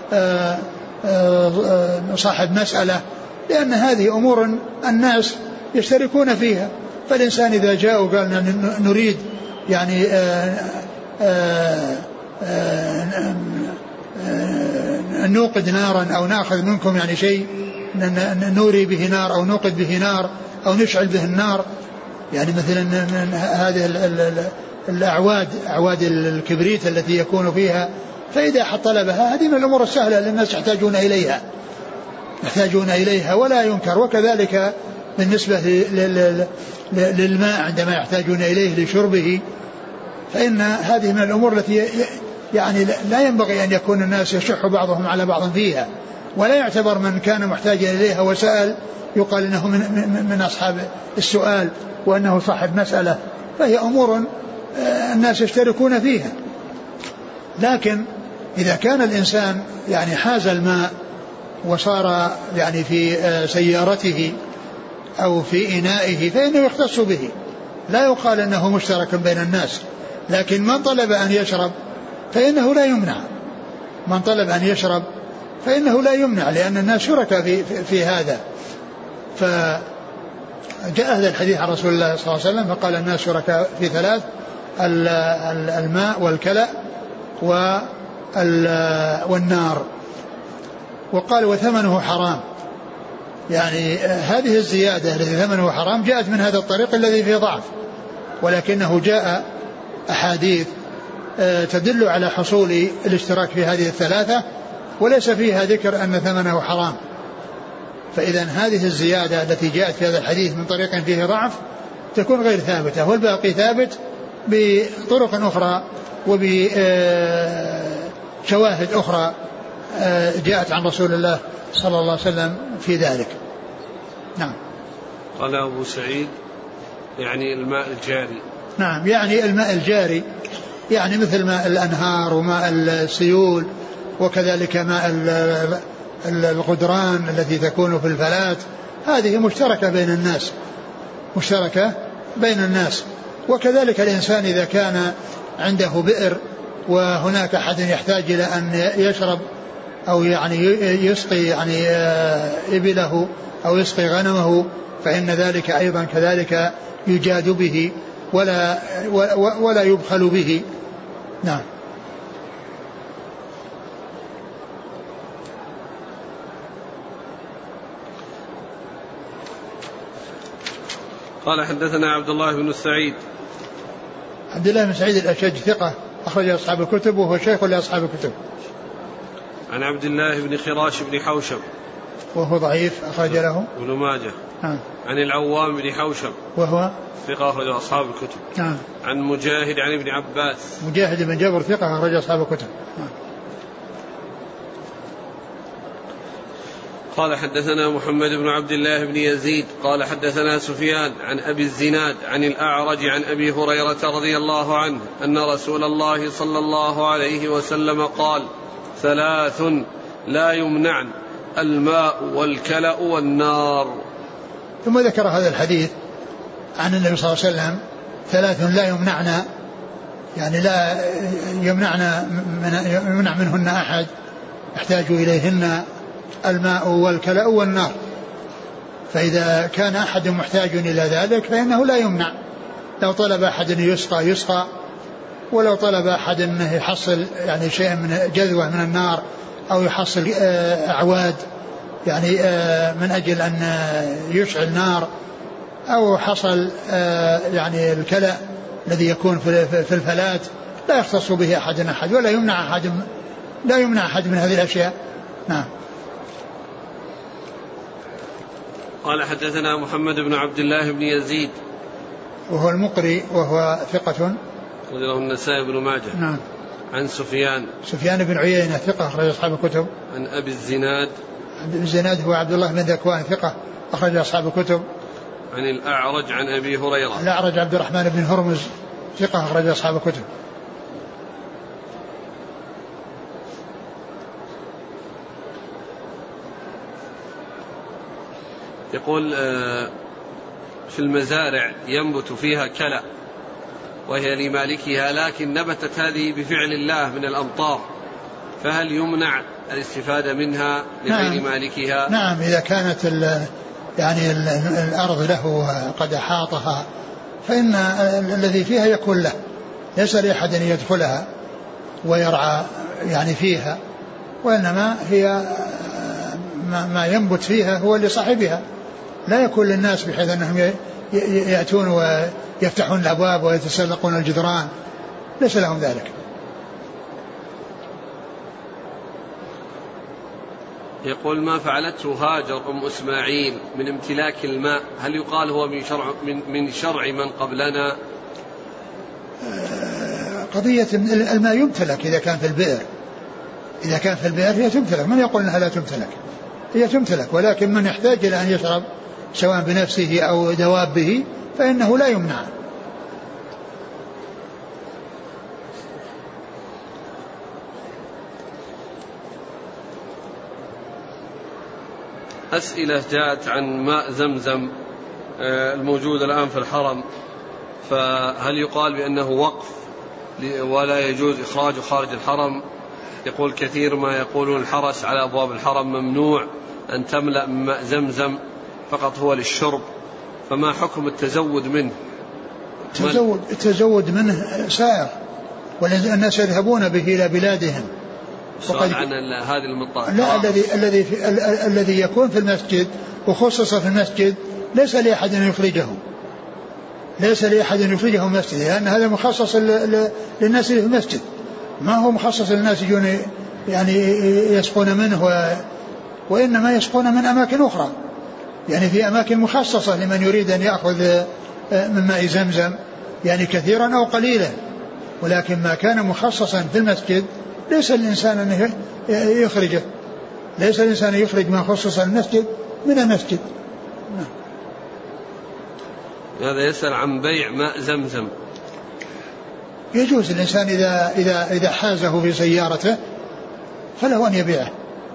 B: صاحب مسألة، لأن هذه أمور الناس يشتركون فيها. فالإنسان إذا جاء وقال نريد يعني نوقد نارا أو نأخذ منكم يعني شيء نوري به نار أو نوقد به نار أو نشعل به النار، يعني مثلا هذه أعواد الكبريت التي يكون فيها، فإذا أحد طلبها هذه من الأمور السهلة للناس يحتاجون إليها ولا ينكر. وكذلك بالنسبة للماء عندما يحتاجون إليه لشربه، فإن هذه من الأمور التي يعني لا ينبغي أن يكون الناس يشح بعضهم على بعض فيها، ولا يعتبر من كان محتاجا إليها وسأل يقال إنه من أصحاب السؤال وأنه صاحب مسألة، فهي أمور الناس يشتركون فيها. لكن إذا كان الإنسان يعني حاز الماء وصار يعني في سيارته أو في إنائه فإنه يختص به، لا يقال أنه مشترك بين الناس. لكن من طلب أن يشرب فإنه لا يمنع، من طلب أن يشرب فإنه لا يمنع، لأن الناس شركاء في هذا. فجاء هذا الحديث عن رسول الله صلى الله عليه وسلم فقال الناس شركاء في ثلاث: الماء والكلأ والنار. وقال وثمنه حرام، يعني هذه الزيادة التي ثمنه حرام جاءت من هذا الطريق الذي فيه ضعف، ولكنه جاء أحاديث تدل على حصول الاشتراك في هذه الثلاثة وليس فيها ذكر أن ثمنه حرام. فإذا هذه الزيادة التي جاءت في هذا الحديث من طريق فيه ضعف تكون غير ثابتة، والباقي ثابت بطرق أخرى وبشواهد أخرى جاءت عن رسول الله صلى الله عليه وسلم في ذلك. نعم.
A: قال أبو سعيد يعني الماء الجاري.
B: نعم، يعني الماء الجاري يعني مثل ماء الأنهار وماء السيول، وكذلك ماء الغدران التي تكون في الفلات، هذه مشتركة بين الناس. وكذلك الإنسان إذا كان عنده بئر وهناك أحد يحتاج إلى أن يشرب أو يعني يسقي يعني إبله أو يسقي غنمه، فإن ذلك أيضا كذلك يجاد به ولا يبخل به. نعم.
A: قال حدثنا عبد الله بن السعيد.
B: عبد الله بن سعيد الأشج ثقة أخرج أصحاب الكتب وهو شيخ لأصحاب الكتب.
A: عن عبد الله بن خراش بن حوشب
B: وهو ضعيف أخرج له
A: ابن ماجه. عن العوام بن حوشب
B: وهو
A: ثقة أخرج أصحاب الكتب. عن مجاهد عن ابن عباس.
B: مجاهد بن جبر ثقة أخرج أصحاب الكتب.
A: قال حدثنا محمد بن عبد الله بن يزيد قال حدثنا سفيان عن أبي الزناد عن الأعرج عن أبي هريرة رضي الله عنه أن رسول الله صلى الله عليه وسلم قال: 3 لا يمنعن: الماء والكلأ والنار.
B: ثم ذكر هذا الحديث عن النبي صلى الله عليه وسلم: 3 لا يمنعن، يعني لا يمنع منهن أحد يحتاج إليهن: الماء والكلأ والنار. فإذا كان أحد محتاج إلى ذلك فإنه لا يمنع، لو طلب أحد يسقى، ولو طلب أحد أنه يحصل يعني شيء من جذوة من النار أو يحصل أعواد يعني من أجل أن يشعل نار، أو حصل يعني الكلأ الذي يكون في الفلات، لا يختص به أحد ولا يمنع أحد لا يمنع أحد من هذه الأشياء. نعم.
A: قال حدثنا محمد بن عبد الله بن يزيد
B: وهو المقري وهو ثقة
A: رجله النسائي بن ماجه.
B: نعم.
A: عن
B: سفيان بن عيينة ثقة أخرج أصحاب الكتب.
A: عن أبي الزناد
B: هو عبد الله بن ذكوان ثقة أخرج أصحاب الكتب.
A: عن الأعرج عن أبي هريرة.
B: الأعرج عبد الرحمن بن هرمز ثقة أخرج أصحاب الكتب.
A: يقول في المزارع ينبت فيها كلأ وهي لمالكها، لكن نبتت هذه بفعل الله من الأمطار، فهل يمنع الاستفادة منها لغير مالكها؟
B: نعم، إذا كانت يعني الأرض له قد أحاطها فإن الذي فيها يكون له، ليس لأحد أن يدخلها ويرعى يعني فيها، وإنما هي ما ينبت فيها هو لصاحبها، لا يكون للناس بحيث أنهم يأتون ويفتحون الأبواب ويتسلقون الجدران، ليس لهم ذلك.
A: يقول ما فعلته هاجر أم إسماعيل من امتلاك الماء، هل يقال هو من شرع من قبلنا؟
B: قضية الماء يمتلك إذا كان في البئر، إذا كان في البئر هي تمتلك، من يقول أنها لا تمتلك؟ هي تمتلك، ولكن من يحتاج إلى أن يشرب سواء بنفسه أو دوابه فإنه لا يمنع.
A: أسئلة جاءت عن ماء زمزم الموجود الآن في الحرم، فهل يقال بأنه وقف ولا يجوز إخراجه خارج الحرم؟ يقول كثير ما يقولون الحرس على أبواب الحرم ممنوع أن تملأ من ماء زمزم، فقط هو للشرب، فما حكم التزود منه؟
B: التزود منه سائر، والناس يذهبون به إلى بلادهم.
A: سؤال عن هذه المطاعم.
B: لا، الذي يكون في المسجد وخصص في المسجد ليس لأحد أن يخرجه، ليس لأحد أن يخرجه من المسجد، لأن هذا مخصص للناس اللي في المسجد، ما هو مخصص للناس يجون يعني يسقون منه، وإنما يسقون من أماكن أخرى، يعني في أماكن مخصصة لمن يريد أن يأخذ من ماء زمزم يعني كثيرا أو قليلا، ولكن ما كان مخصصا في المسجد ليس الإنسان أن يخرجه، ليس الإنسان يخرج ما خصص المسجد من المسجد.
A: هذا يسأل عن بيع ماء زمزم.
B: يجوز الإنسان إذا حازه في سيارته فله أن يبيعه.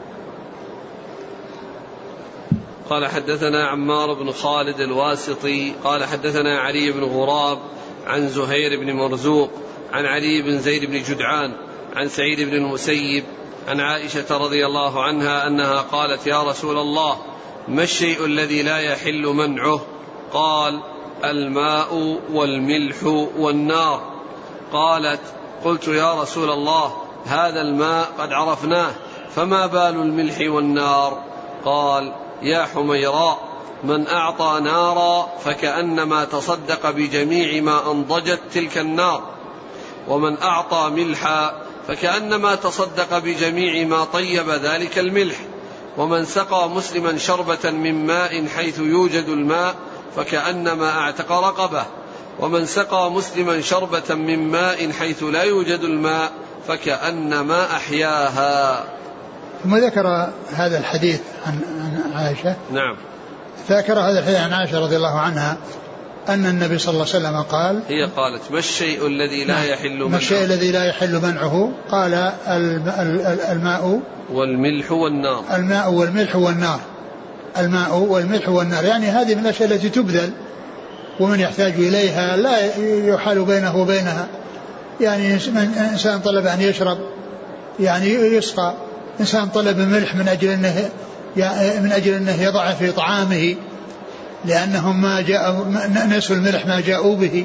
A: قال حدثنا عمار بن خالد الواسطي قال حدثنا علي بن غراب عن زهير بن مرزوق عن علي بن زيد بن جدعان عن سعيد بن المسيب عن عائشة رضي الله عنها أنها قالت يا رسول الله ما الشيء الذي لا يحل منعه؟ قال الماء والملح والنار. قالت قلت يا رسول الله هذا الماء قد عرفناه، فما بال الملح والنار؟ قال يا حميراء من أعطى نارا فكأنما تصدق بجميع ما أنضجت تلك النار، ومن أعطى ملحا فكأنما تصدق بجميع ما طيب ذلك الملح، ومن سقى مسلما شربة من ماء حيث يوجد الماء فكأنما أعتق رقبه، ومن سقى مسلما شربة من ماء حيث لا يوجد الماء فكأنما أحياها.
B: ثم ذكر هذا الحديث عن عائشة.
A: نعم.
B: ذكر هذا الحديث عن عائشة رضي الله عنها أن النبي صلى الله عليه وسلم قال،
A: هي قالت ما الشيء الذي لا يحل منعه؟
B: ما الشيء الذي لا يحل منعه؟ قال الماء
A: والملح والنار.
B: الماء والملح والنار. الماء والملح والنار، يعني هذه من الأشياء التي تبذل ومن يحتاج إليها لا يحال بينه وبينها، يعني إنسان طلب أن يشرب يعني يسقى، إنسان طلب الملح من أجل أنه يضع في طعامه لأنهم ما جاءوا نسوا الملح ما جاءوا به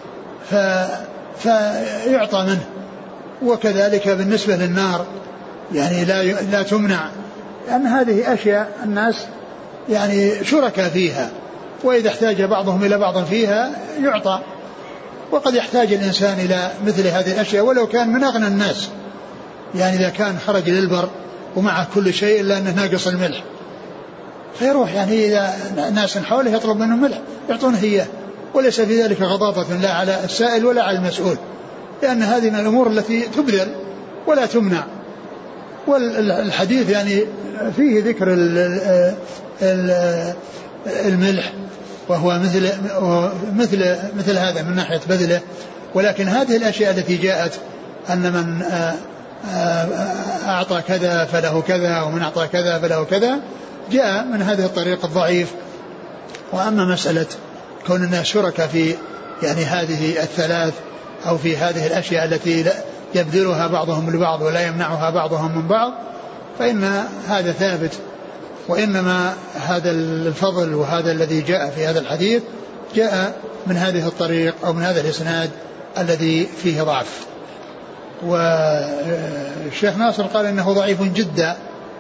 B: فيعطى منه. وكذلك بالنسبة للنار يعني لا تمنع، لأن هذه أشياء الناس يعني شركاء فيها، وإذا احتاج بعضهم إلى بعض فيها يعطى، وقد يحتاج الإنسان إلى مثل هذه الأشياء ولو كان من أغنى الناس، يعني إذا كان خرج للبر ومعه كل شيء إلا أنه ناقص الملح فيروح يعني إذا ناس حوله يطلب منهم ملح يعطونه إياه، وليس في ذلك غضاضة لا على السائل ولا على المسؤول، لأن هذه من الأمور التي تبذل ولا تمنع. والحديث يعني فيه ذكر الملح وهو مثل هذا من ناحية بذله، ولكن هذه الأشياء التي جاءت أن من أعطى كذا فله كذا ومن أعطى كذا فله كذا جاء من هذه الطريق الضعيف. وأما مسألة كون الناس شركاء في يعني هذه الثلاث أو في هذه الأشياء التي يبذلها بعضهم لبعض ولا يمنعها بعضهم من بعض فإن هذا ثابت، وإنما هذا الفضل وهذا الذي جاء في هذا الحديث جاء من هذه الطريق أو من هذا الإسناد الذي فيه ضعف. والشيخ ناصر قال إنه ضعيف جدا،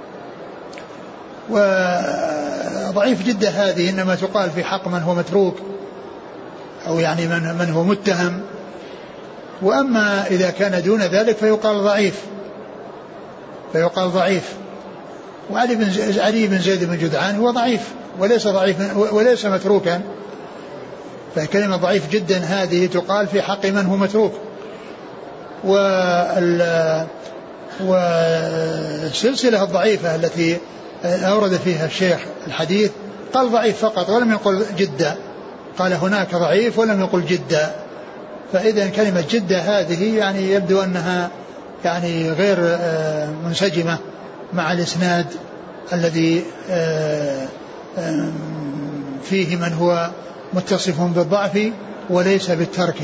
B: وضعيف جدا هذه إنما تقال في حق من هو متروك أو يعني من هو متهم، وأما إذا كان دون ذلك فيقال ضعيف. وعلي بن زيد بن جدعان هو ضعيف وليس متروكا، فكلمة ضعيف جدا هذه تقال في حق من هو متروك. والسلسلة الضعيفة التي أورد فيها الشيخ الحديث قال ضعيف فقط ولم يقل جدا، قال هناك ضعيف ولم يقل جدا. فإذا كلمة جدا هذه يعني يبدو أنها يعني غير منسجمة مع الإسناد الذي فيه من هو متصف بالضعف وليس بالترك.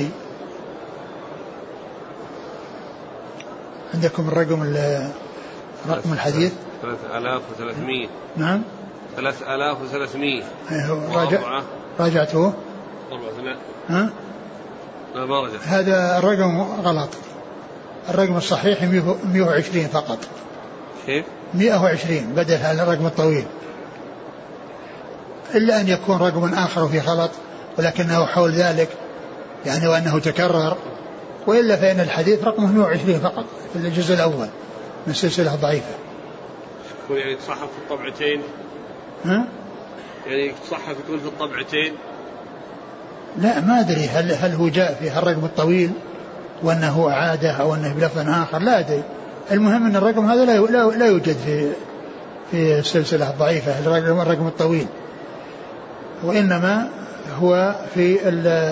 B: عندكم رقم الحديث
A: 3300.
B: نعم
A: 3300.
B: راجعته. ها؟
A: لا ما رجعت.
B: هذا الرقم غلط، الرقم الصحيح 120 فقط.
A: كيف؟
B: 120 بدل هذا الرقم الطويل، إلا أن يكون رقم آخر في غلط ولكنه حول ذلك يعني وأنه تكرر، وإلا فإن الحديث رقمه 120 فقط في الجزء الأول من السلسلة الضعيفة.
A: يعني تصحف في الطبعتين؟
B: ها؟
A: يعني تصحف تقول في الطبعتين؟
B: لا ما أدري هل هو جاء في الرقم الطويل وأنه عادة أو أنه بلفظ آخر، لا أدري. المهم أن الرقم هذا لا يوجد في السلسلة الضعيفة الرقم الطويل، وإنما هو في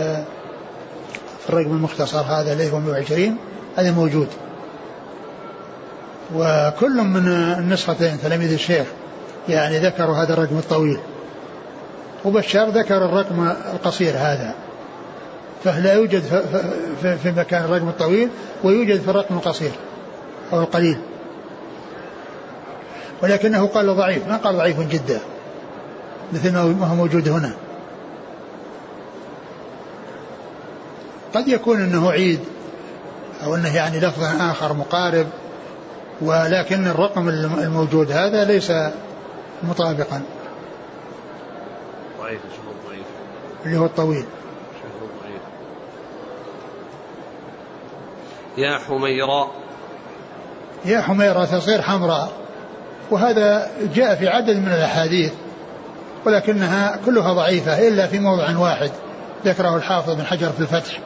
B: الرقم المختصر هذا اللي هو 120 هذا موجود. وكل من النسختين تلاميذ الشيخ يعني ذكروا هذا الرقم الطويل، وبشار ذكر الرقم القصير هذا، فلا يوجد في مكان الرقم الطويل ويوجد في الرقم القصير أو القليل، ولكنه قال ضعيف، ما قال ضعيف جدا مثل ما هو موجود هنا. قد يكون أنه عيد أو أنه يعني لفظ آخر مقارب، ولكن الرقم الموجود هذا ليس مطابقا.
A: ضعيف ضعيف
B: اللي هو الطويل.
A: ضعيف. يا حميراء،
B: يا حميراء تصير حمراء، وهذا جاء في عدد من الأحاديث ولكنها كلها ضعيفة إلا في موضع واحد ذكره الحافظ بن حجر في الفتح.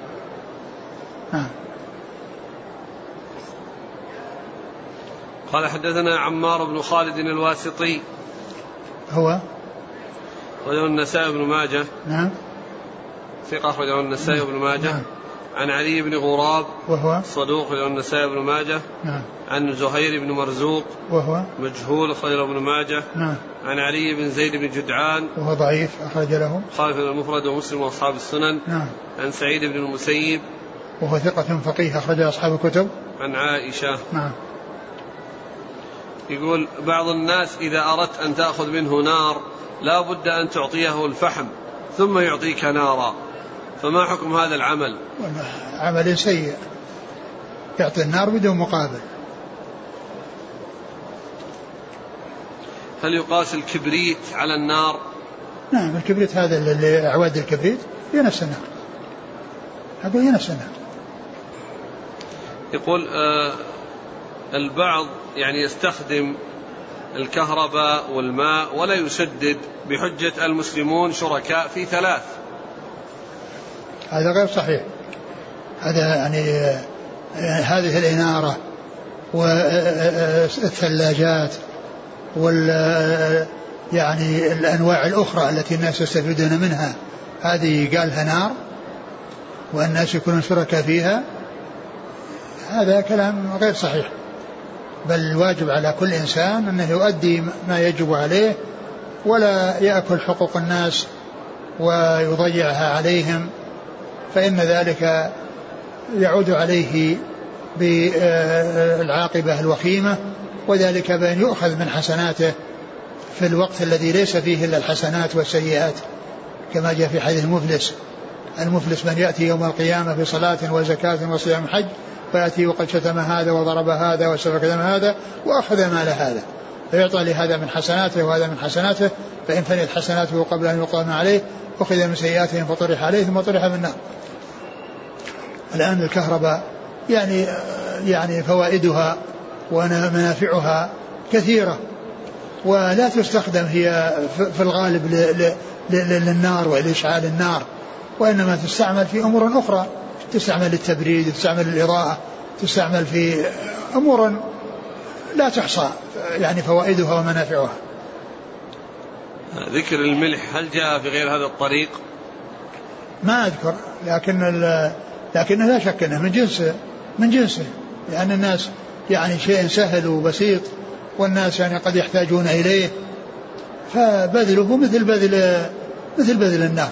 A: قال حدثنا عمار بن خالد الواسطي
B: هو
A: رجل النسائي بن ماجه.
B: نعم.
A: ثقة أخرجه النسائي بن ماجه.
B: نعم.
A: عن علي بن غراب
B: وهو
A: صدوق أخرجه النسائي بن ماجه.
B: نعم.
A: عن زهير بن مرزوق
B: وهو
A: مجهول أخرجه ابن ماجه.
B: نعم.
A: عن علي بن زيد بن جدعان
B: وهو ضعيف أخرج له
A: خالف المفرد ومسلم وأصحاب السنن.
B: نعم.
A: عن سعيد بن المسيب
B: وهو ثقة فقيه أخرج أصحاب الكتب.
A: عن عائشة.
B: نعم.
A: يقول بعض الناس إذا أردت أن تأخذ منه نار لا بد أن تعطيه الفحم ثم يعطيك نارا، فما حكم هذا العمل؟
B: عمل سيء، يعطي النار بدون مقابل.
A: هل يقاس الكبريت على النار؟
B: نعم الكبريت هذا اللي أعواد الكبريت هي نفس النار، هذا هي نفس النار.
A: يقول البعض يعني يستخدم الكهرباء والماء ولا يسدد بحجة المسلمون شركاء في 3.
B: هذا غير صحيح. هذا يعني هذه الإنارة والثلاجات يعني الأنواع الأخرى التي الناس يستفيدون منها، هذه قالها نار والناس يكونون شركاء فيها، هذا كلام غير صحيح. بل الواجب على كل إنسان أنه يؤدي ما يجب عليه ولا يأكل حقوق الناس ويضيعها عليهم، فإن ذلك يعود عليه بالعاقبة الوخيمة، وذلك بأن يؤخذ من حسناته في الوقت الذي ليس فيه إلا الحسنات والسيئات، كما جاء في حديث المفلس من يأتي يوم القيامة بصلاة وزكاة وصيام حج فيأتي وقد شتم هذا وضرب هذا وسفك دم هذا وأخذ مال هذا، فيعطى لهذا من حسناته وهذا من حسناته، فإن فنيت حسناته قبل أن يقام عليه أخذ من سيئاتهم فطرح عليه ثم طرح من النار. الآن الكهرباء يعني فوائدها ومنافعها كثيرة، ولا تستخدم هي في الغالب للنار ولإشعال النار، وإنما تستعمل في أمور أخرى، تستعمل للتبريد، تستعمل للإضاءة، تستعمل في أمور لا تحصى يعني فوائدها ومنافعها.
A: ذكر الملح هل جاء في غير هذا الطريق؟
B: ما أذكر، لكنه لا شك أنه من جنسه، لأن الناس يعني شيء سهل وبسيط والناس يعني قد يحتاجون إليه، فبذله مثل بذل النار.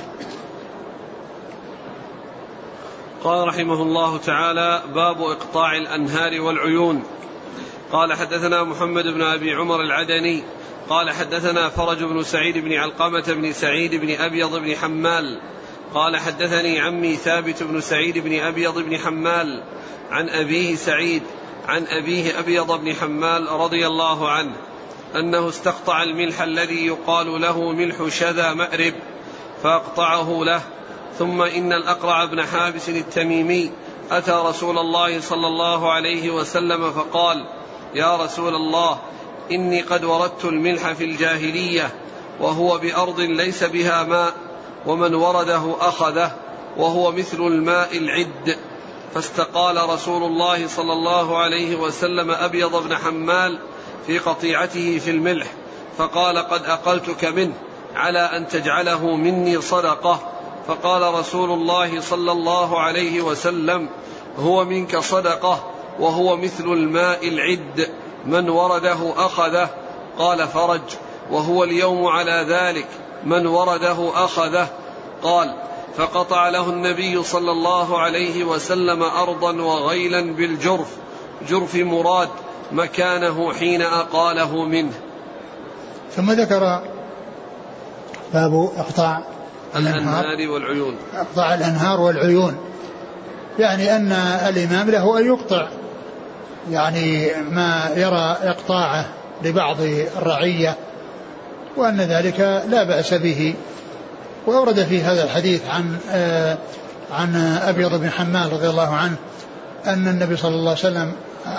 A: قال رحمه الله تعالى: باب إقطاع الأنهار والعيون. قال حدثنا محمد بن أبي عمر العدني قال حدثنا فرج بن سعيد بن علقمة بن سعيد بن أبيض بن حمال قال حدثني عمي ثابت بن سعيد بن أبيض بن حمال عن أبيه سعيد عن أبيه أبيض بن حمال رضي الله عنه أنه استقطع الملح الذي يقال له ملح شذا مأرب فأقطعه له. ثم إن الأقرع بن حابس التميمي أتى رسول الله صلى الله عليه وسلم فقال: يا رسول الله، إني قد وردت الملح في الجاهلية وهو بأرض ليس بها ماء، ومن ورده أخذه وهو مثل الماء العد. فاستقال رسول الله صلى الله عليه وسلم أبيض بن حمال في قطيعته في الملح فقال: قد أقلتك منه على أن تجعله مني صدقة. فقال رسول الله صلى الله عليه وسلم: هو منك صدقة وهو مثل الماء العد، من ورده أخذه. قال فرج: وهو اليوم على ذلك، من ورده أخذه. قال: فقطع له النبي صلى الله عليه وسلم أرضا وغيلا بالجرف، جرف مراد، مكانه حين أقاله منه.
B: ثم ذكر باب إقطاع
A: الأنهار والعيون.
B: إقطاع الأنهار والعيون، يعني أن الإمام له أن يقطع يعني ما يرى إقطاعه لبعض الرعية، وأن ذلك لا بأس به. وأورد في هذا الحديث عن أبيض بن حمال رضي الله عنه أن النبي صلى الله عليه وسلم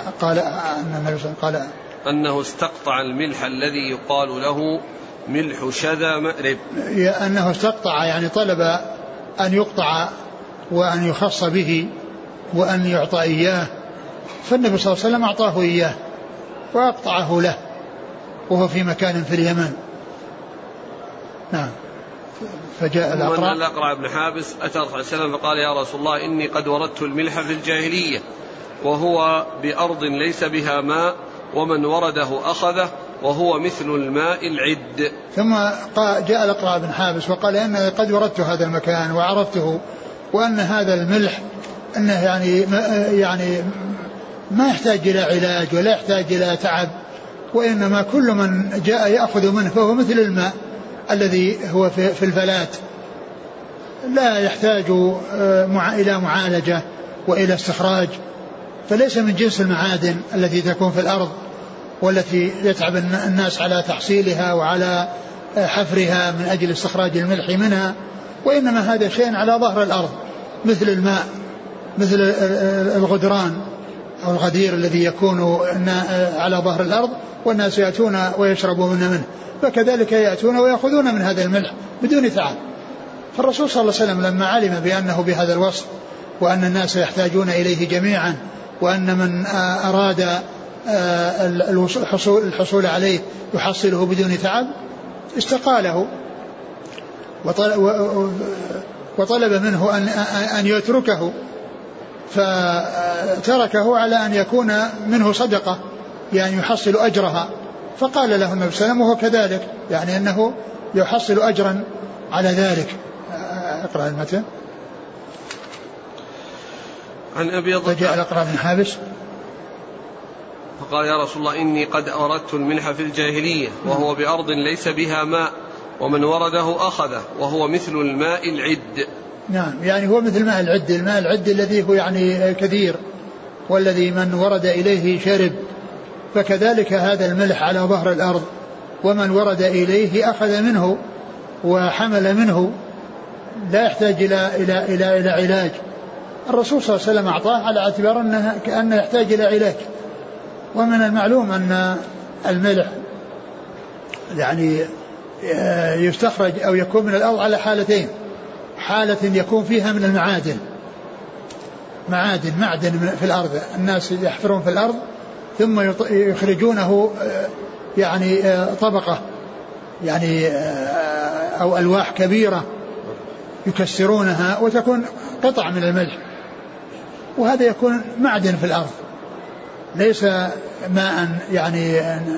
B: قال
A: أنه استقطع الملح الذي يقال له ملح شذا مأرب،
B: أنه استقطع يعني طلب أن يقطع وأن يخص به وأن يعطى إياه، فالنبي صلى الله عليه وسلم أعطاه إياه وأقطعه له وهو في مكان في اليمن. نعم. فجاء
A: الأقرع بن حابس أتى رسول الله وسلم فقال: يا رسول الله، إني قد وردت الملح في الجاهلية وهو بأرض ليس بها ماء، ومن ورده أخذه وهو مثل الماء العد.
B: ثم جاء الأقرع بن حابس وقال: إني قد وردت هذا المكان وعرفته، وأن هذا الملح أنه يعني ما يحتاج إلى علاج ولا يحتاج إلى تعب، وإنما كل من جاء يأخذ منه فهو مثل الماء الذي هو في الفلات، لا يحتاج إلى معالجة وإلى استخراج، فليس من جنس المعادن التي تكون في الأرض والتي يتعب الناس على تحصيلها وعلى حفرها من أجل استخراج الملح منها، وإنما هذا شيء على ظهر الأرض مثل الماء، مثل الغدران أو الغدير الذي يكون على ظهر الأرض والناس يأتون ويشربون منه، فكذلك يأتون ويأخذون من هذا الملح بدون تعب. فالرسول صلى الله عليه وسلم لما علم بأنه بهذا الوصف وأن الناس يحتاجون إليه جميعا، وأن من أراد الحصول عليه يحصله بدون تعب، استقاله وطلب منه أن يتركه، فتركه على أن يكون منه صدقة يعني يحصل أجرها. فقال له النبي صلى الله عليه وسلم وهو كذلك، يعني أنه يحصل أجرا على ذلك. اقرأ المتن.
A: عن أبي
B: فجاء الأقرع بن حابس
A: فقال يا رسول الله إني قد أردت الملح في الجاهلية وهو بأرض ليس بها ماء ومن ورده أخذه وهو مثل الماء العد.
B: نعم، يعني هو مثل ماء العد، الماء العد الذي هو يعني كثير والذي من ورد إليه شرب، فكذلك هذا الملح على ظهر الأرض ومن ورد إليه أخذ منه وحمل منه، لا يحتاج إلى علاج. الرسول صلى الله عليه وسلم أعطاه على اعتبار أنه يحتاج إلى علاج. ومن المعلوم أن الملح يعني يستخرج أو يكون من الأرض على حالتين: حالة يكون فيها من المعادن، معدن في الأرض، الناس يحفرون في الأرض ثم يخرجونه يعني طبقة يعني أو ألواح كبيرة يكسرونها وتكون قطع من الملح، وهذا يكون معدن في الأرض ليس ماء يعني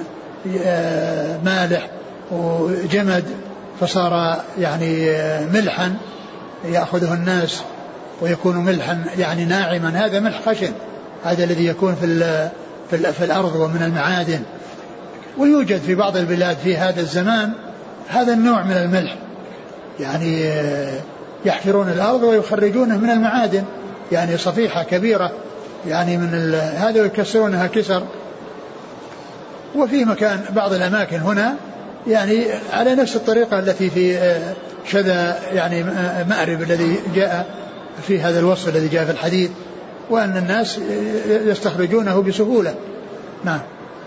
B: مالح وجمد فصار يعني ملحا يأخذه الناس ويكون ملحا يعني ناعما. هذا ملح خشن، هذا الذي يكون في الأرض ومن المعادن. ويوجد في بعض البلاد في هذا الزمان هذا النوع من الملح، يعني يحفرون الأرض ويخرجونه من المعادن، يعني صفيحة كبيرة يعني من هذا ويكسرونها كسر. وفي مكان بعض الأماكن هنا يعني على نفس الطريقة التي في شذا يعني مأرب الذي جاء في هذا الوصف الذي جاء في الحديث، وأن الناس يستخرجونه بسهولة. نعم.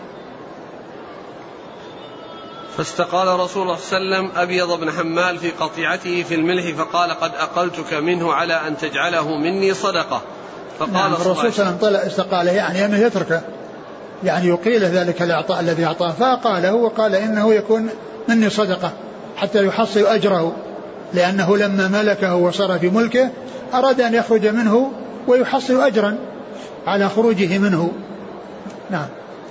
A: فاستقال رسول الله صلى الله عليه وسلم أبيض بن حمال في قطيعته في الملح فقال قد أقلتك منه على أن تجعله مني صدقة. فقال
B: نعم الرسول صلى الله عليه وسلم استقاله يعني أنه يتركه، يعني يقيل ذلك الإعطاء الذي أعطاه، فقاله وقال إنه يكون مني صدقة حتى يحصل أجره، لأنه لما ملكه وصار في ملكه أراد أن يخرج منه ويحصل أجرا على خروجه منه. نعم.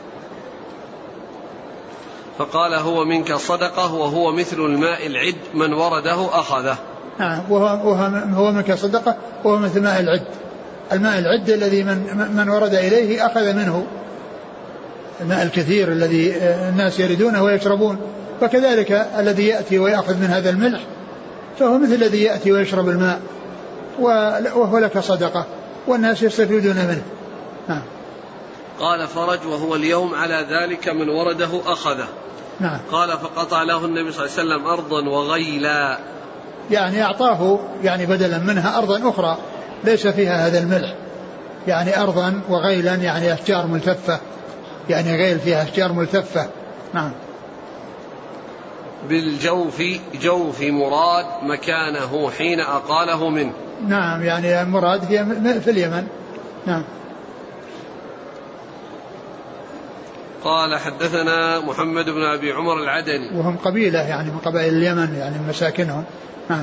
A: فقال هو منك صدقة وهو مثل الماء العد من ورده أخذه.
B: نعم، وهو منك صدقة وهو مثل ماء العد، الماء العد الذي من ورد إليه أخذ منه، الماء الكثير الذي الناس يردونه ويشربون. فكذلك الذي يأتي ويأخذ من هذا الملح فهو مثل الذي يأتي ويشرب الماء وهو لك صدقة والناس يستفيدون منه. نعم.
A: قال فرج وهو اليوم على ذلك من ورده أخذه.
B: نعم.
A: قال فقطع له النبي صلى الله عليه وسلم أرضا وغيلا،
B: يعني أعطاه يعني بدلا منها أرضا أخرى ليس فيها هذا الملح، يعني أرضا وغيلا يعني أشجار ملتفة، يعني غيل فيها أشجار ملتفة. نعم.
A: بالجوف جوف مراد مكانه حين أقاله منه.
B: نعم، يعني مراد هي في اليمن. نعم.
A: قال حدثنا محمد بن أبي عمر العدني
B: وهم قبيلة يعني من قبائل اليمن يعني مساكنهم. نعم.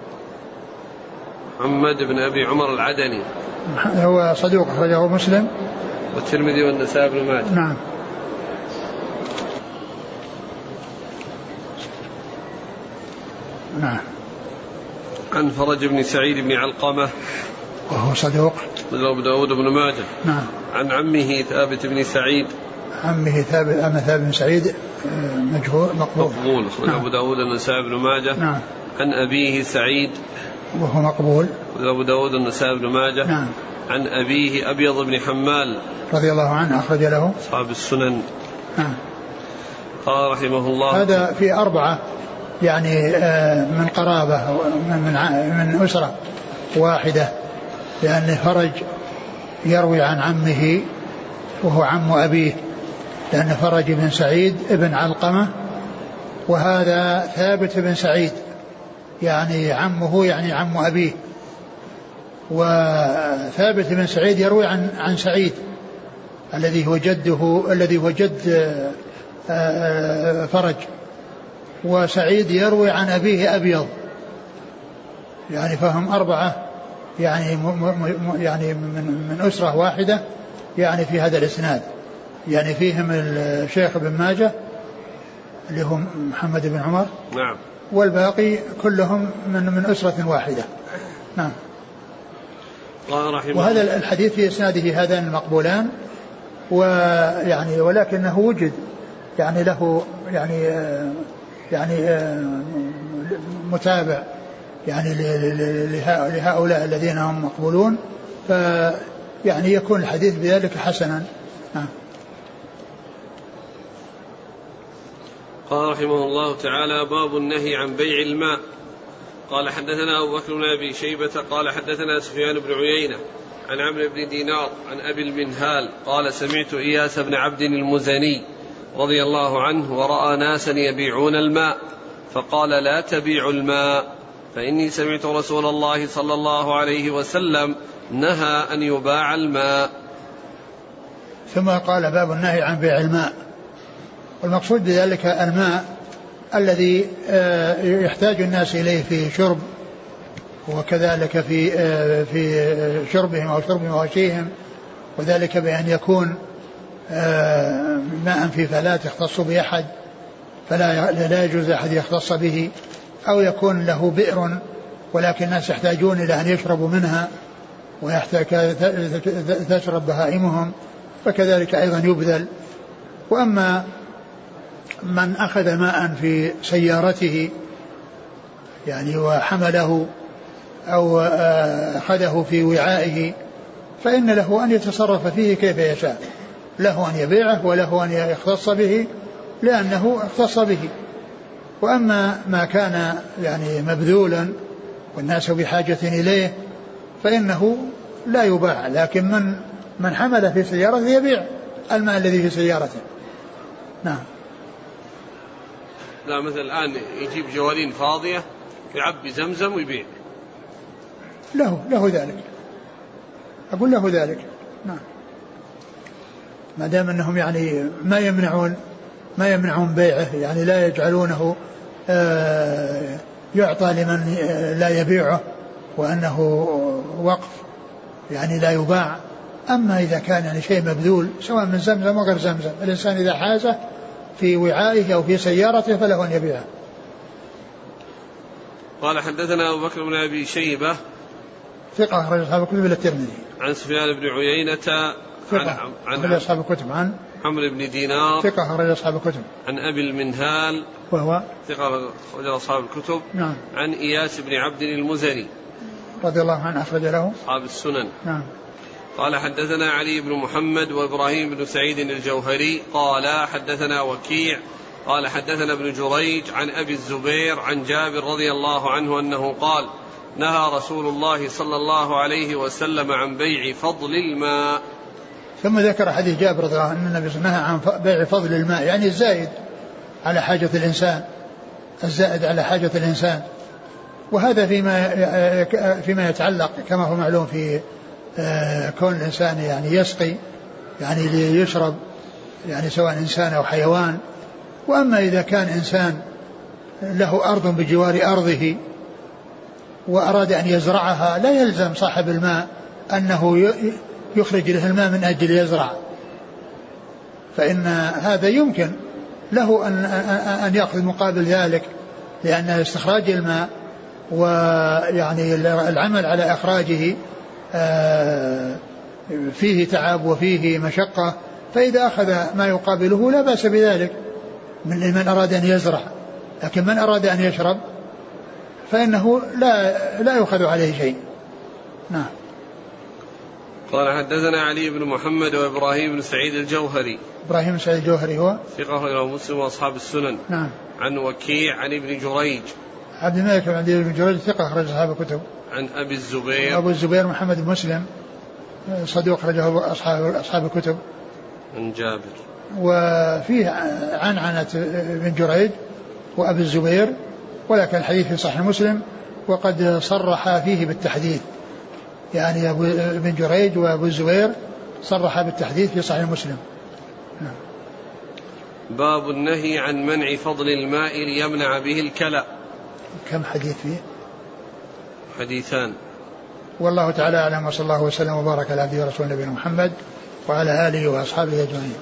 A: محمد بن أبي عمر العدني
B: هو صدوق أخرجه مسلم
A: والترمذي والنسائي بن ماجه.
B: نعم. نعم.
A: عن فرج بن سعيد بن علقمة
B: وهو صدوق
A: أبو داود بن ماجه.
B: نعم.
A: عن عمه ثابت بن سعيد،
B: عمه ثابت بن سعيد مجهول مقبول
A: نعم. أبو داود النسائي بن ماجه.
B: نعم.
A: عن أبيه سعيد
B: وهو مقبول
A: أبو داود النسائي بن ماجه.
B: نعم.
A: عن أبيه أبيض بن حمال
B: رضي الله عنه أخرج له
A: أصحاب السنن.
B: نعم.
A: قال رحمه الله
B: هذا في 4 يعني من قرابة من أسرة واحدة، لأن فرج يروي عن عمه وهو عم أبيه، لأن فرج بن سعيد ابن علقمة، وهذا ثابت بن سعيد يعني عمه يعني عم أبيه. وثابت بن سعيد يروي عن سعيد الذي هو جده، الذي هو جد فرج، وسعيد يروي عن أبيه أبيض، يعني فهم أربعة يعني من أسرة واحدة يعني في هذا الإسناد، يعني فيهم الشيخ بن ماجه اللي هو محمد بن عمر،
A: نعم،
B: والباقي كلهم من أسرة واحدة. نعم. وهذا الحديث في إسناده هذان المقبولان، ويعني ولكنه وجد يعني له يعني متابع يعني لهؤلاء الذين هم مقبولون، فيعني يكون الحديث بذلك حسنا.
A: قال رحمه الله تعالى: باب النهي عن بيع الماء. قال حدثنا أبو بكر بن أبي شيبة قال حدثنا سفيان بن عيينة عن عمرو بن دينار عن أبي المنهال قال: سمعت إياس بن عبد المزني رضي الله عنه ورأى ناسا يبيعون الماء فقال: لا تبيعوا الماء، فإني سمعت رسول الله صلى الله عليه وسلم نهى أن يباع الماء.
B: ثم قال: باب النهي عن بيع الماء. والمقصود بذلك الماء الذي يحتاج الناس إليه في شرب، وكذلك في شربهم أو شرب مواشيهم، وذلك بأن يكون ماء في فلاة يختص به أحد فلا يجوز أحد يختص به، أو يكون له بئر ولكن الناس يحتاجون إلى أن يشربوا منها وتشرب بهائمهم، فكذلك أيضا يبذل. وأما من أخذ ماء في سيارته يعني وحمله أو أخذه في وعائه فإن له أن يتصرف فيه كيف يشاء، له أن يبيعه وله أن يختص به لأنه اختص به. وأما ما كان يعني مبذولا والناس بحاجة إليه فإنه لا يباع، لكن من حمل في سيارته يبيع الماء الذي في سيارته. نعم.
A: لا، مثل الآن يجيب جوالين فاضية يعبي زمزم ويبيع،
B: له ذلك، أقول له ذلك. نعم. ما دام أنهم يعني ما يمنعون بيعه، يعني لا يجعلونه يعطى لمن لا يبيعه وأنه وقف يعني لا يباع. أما إذا كان يعني شيء مبذول سواء من زمزم وغير زمزم، الإنسان إذا حازه في وعائه أو في سيارته فله أن يبيعه.
A: قال حدثنا أبو بكر بن أبي شيبة
B: ثقة أخرج أصحاب الكتب إلا الترمذي.
A: عن سفيان بن عيينة
B: عن أصحاب الكتب. عن
A: عمرو بن دينار
B: ثقة أخرج أصحاب الكتب.
A: عن أبي المنهال وهو ثقة أخرج أصحاب الكتب.
B: نعم.
A: عن إياس بن عبد المزني
B: رضي الله عنه أخرج له
A: أصحاب السنن.
B: نعم.
A: قال حدثنا علي بن محمد وإبراهيم بن سعيد الجوهري قال حدثنا وكيع قال حدثنا ابن جريج عن أبي الزبير عن جابر رضي الله عنه أنه قال: نهى رسول الله صلى الله عليه وسلم عن بيع فضل الماء.
B: ثم ذكر حديث جابر رضي الله عنه أن النبي نهى عن بيع فضل الماء، يعني الزائد على حاجة الإنسان، الزائد على حاجة الإنسان. وهذا فيما يتعلق كما هو معلوم في كون الإنسان يعني يسقي يعني ليشرب يعني سواء إنسان أو حيوان. وأما إذا كان إنسان له أرض بجوار أرضه وأراد أن يزرعها لا يلزم صاحب الماء أنه يخرج له الماء من أجل يزرع، فإن هذا يمكن له أن يأخذ مقابل ذلك، لأن استخراج الماء ويعني العمل على إخراجه فيه تعب وفيه مشقة، فإذا أخذ ما يقابله لا بأس بذلك من أراد أن يزرع. لكن من أراد أن يشرب فإنه لا يؤخذ عليه شيء. نعم.
A: قال حدثنا علي بن محمد وإبراهيم بن سعيد الجوهري.
B: إبراهيم بن سعيد الجوهري هو
A: ثقة أخرجه مسلم وأصحاب السنن.
B: نعم.
A: عن وكيع عن ابن جريج
B: عبد الملك بن عبد بن جريج ثقة أخرج أصحاب الكتب.
A: عن أبي الزبير
B: أبو الزبير محمد بن مسلم صدوق أخرجه أصحاب الكتب.
A: عن جابر.
B: وفيه عنعنة بن جريج وأبي الزبير، ولكن الحديث في صحيح مسلم وقد صرح فيه بالتحديد، يعني ابن جريج وأبو الزبير صرح بالتحديد في صحيح مسلم.
A: باب النهي عن منع فضل الماء ليمنع به الكلى.
B: كم حديث فيه؟
A: حديثان.
B: والله تعالى أعلم، وصلى الله وسلم وبارك على عبده ورسوله نبينا محمد وعلى آله وأصحابه أجمعين.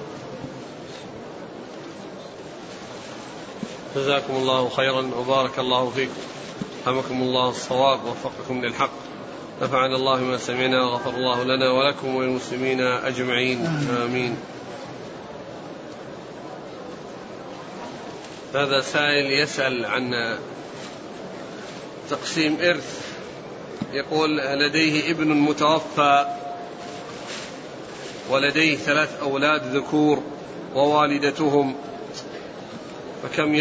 A: جزاكم الله خيرا وبارك الله فيكم، ألهمكم الله الصواب ووفقكم للحق، نفعنا الله ما سمعنا وغفر الله لنا ولكم وللمسلمين أجمعين آمين. هذا سائل يسأل عن تقسيم إرث، يقول لديه ابن متوفى ولديه 3 أولاد ذكور ووالدتهم، فكم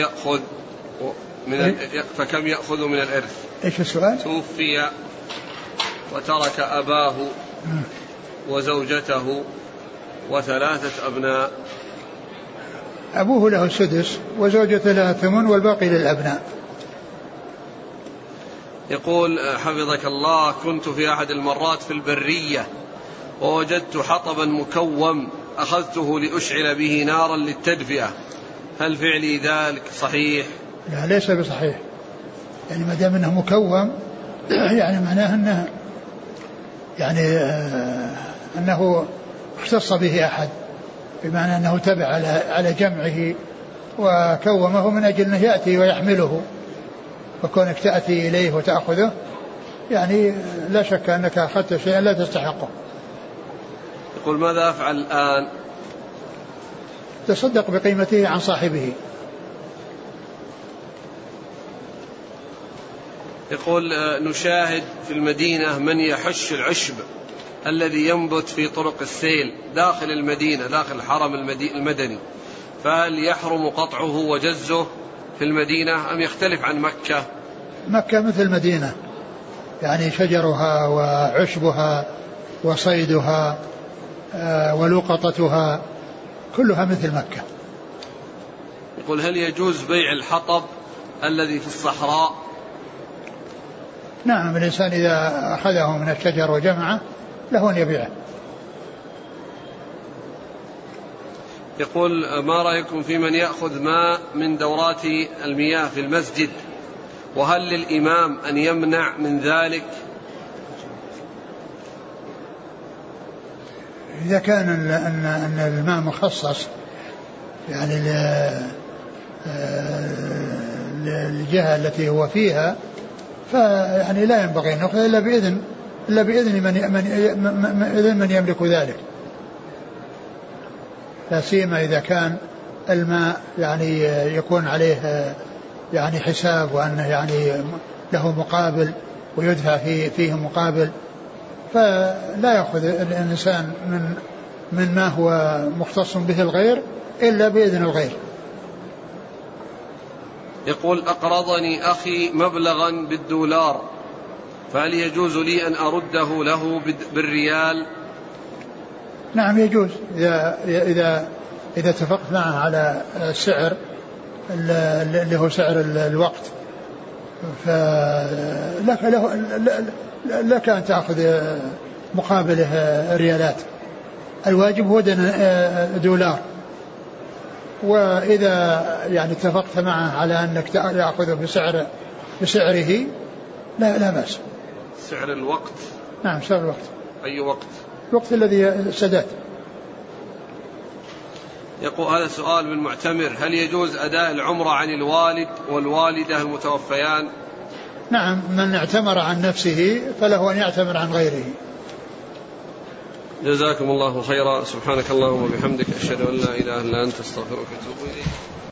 A: يأخذ من الإرث؟
B: إيش السؤال؟
A: توفي وترك أباه وزوجته و3 أبناء.
B: أبوه له 6 وزوجته لها 8 والباقي للأبناء.
A: يقول حفظك الله: كنت في أحد المرات في البرية ووجدت حطبا مكوم أخذته لأشعل به نارا للتدفئة، هل فعلي ذلك صحيح؟
B: لا، ليس بصحيح. يعني ما دام انه مكوم يعني معناه انه يعني انه اختص به احد، بمعنى انه تبع على جمعه وكومه من اجل انه ياتي ويحمله، وكونك تاتي اليه وتاخذه يعني لا شك انك اخذت شيئا لا تستحقه.
A: يقول: ماذا افعل الان؟
B: تصدق بقيمته عن صاحبه.
A: يقول: نشاهد في المدينة من يحش العشب الذي ينبت في طرق السيل داخل المدينة، داخل الحرم المدني، فهل يحرم قطعه وجزه في المدينة أم يختلف عن مكة؟
B: مكة مثل المدينة، يعني شجرها وعشبها وصيدها ولقطتها كلها مثل مكة.
A: يقول: هل يجوز بيع الحطب الذي في الصحراء؟
B: نعم، الإنسان إذا أخذه من الشجر وجمعه له أن يبيعه.
A: يقول: ما رأيكم في من يأخذ ماء من دورات المياه في المسجد، وهل للإمام أن يمنع من ذلك؟
B: إذا كان أن الماء مخصص يعني للجهة التي هو فيها، فيعني لا ينبغي أن يأخذ إلا بإذن من يملك ذلك، لا سيما إذا كان الماء يعني يكون عليه يعني حساب، وأنه يعني له مقابل ويدفع فيه مقابل، فلا يأخذ الإنسان من ما هو مختص به الغير إلا بإذن الغير.
A: يقول: أقرضني أخي مبلغا بالدولار، فهل يجوز لي أن أرده له بالريال؟
B: نعم يجوز، إذا اتفقت معه على السعر اللي هو سعر الوقت، لك أن تأخذ مقابله ريالات، الواجب هو دولار. وإذا يعني اتفقت معه على أنك تأخذه بسعره لا بأس.
A: سعر الوقت؟
B: نعم، سعر الوقت.
A: أي وقت؟
B: الوقت الذي سدت.
A: يقول: هذا سؤال من معتمر: هل يجوز أداء العمرة عن الوالد والوالدة المتوفيان؟
B: نعم، من اعتمر عن نفسه فله أن يعتمر عن غيره.
A: جزاكم الله خيرا، سبحانك اللهم وبحمدك، أشهد أن لا إله إلا أنت، أستغفرك وأتوب إليك.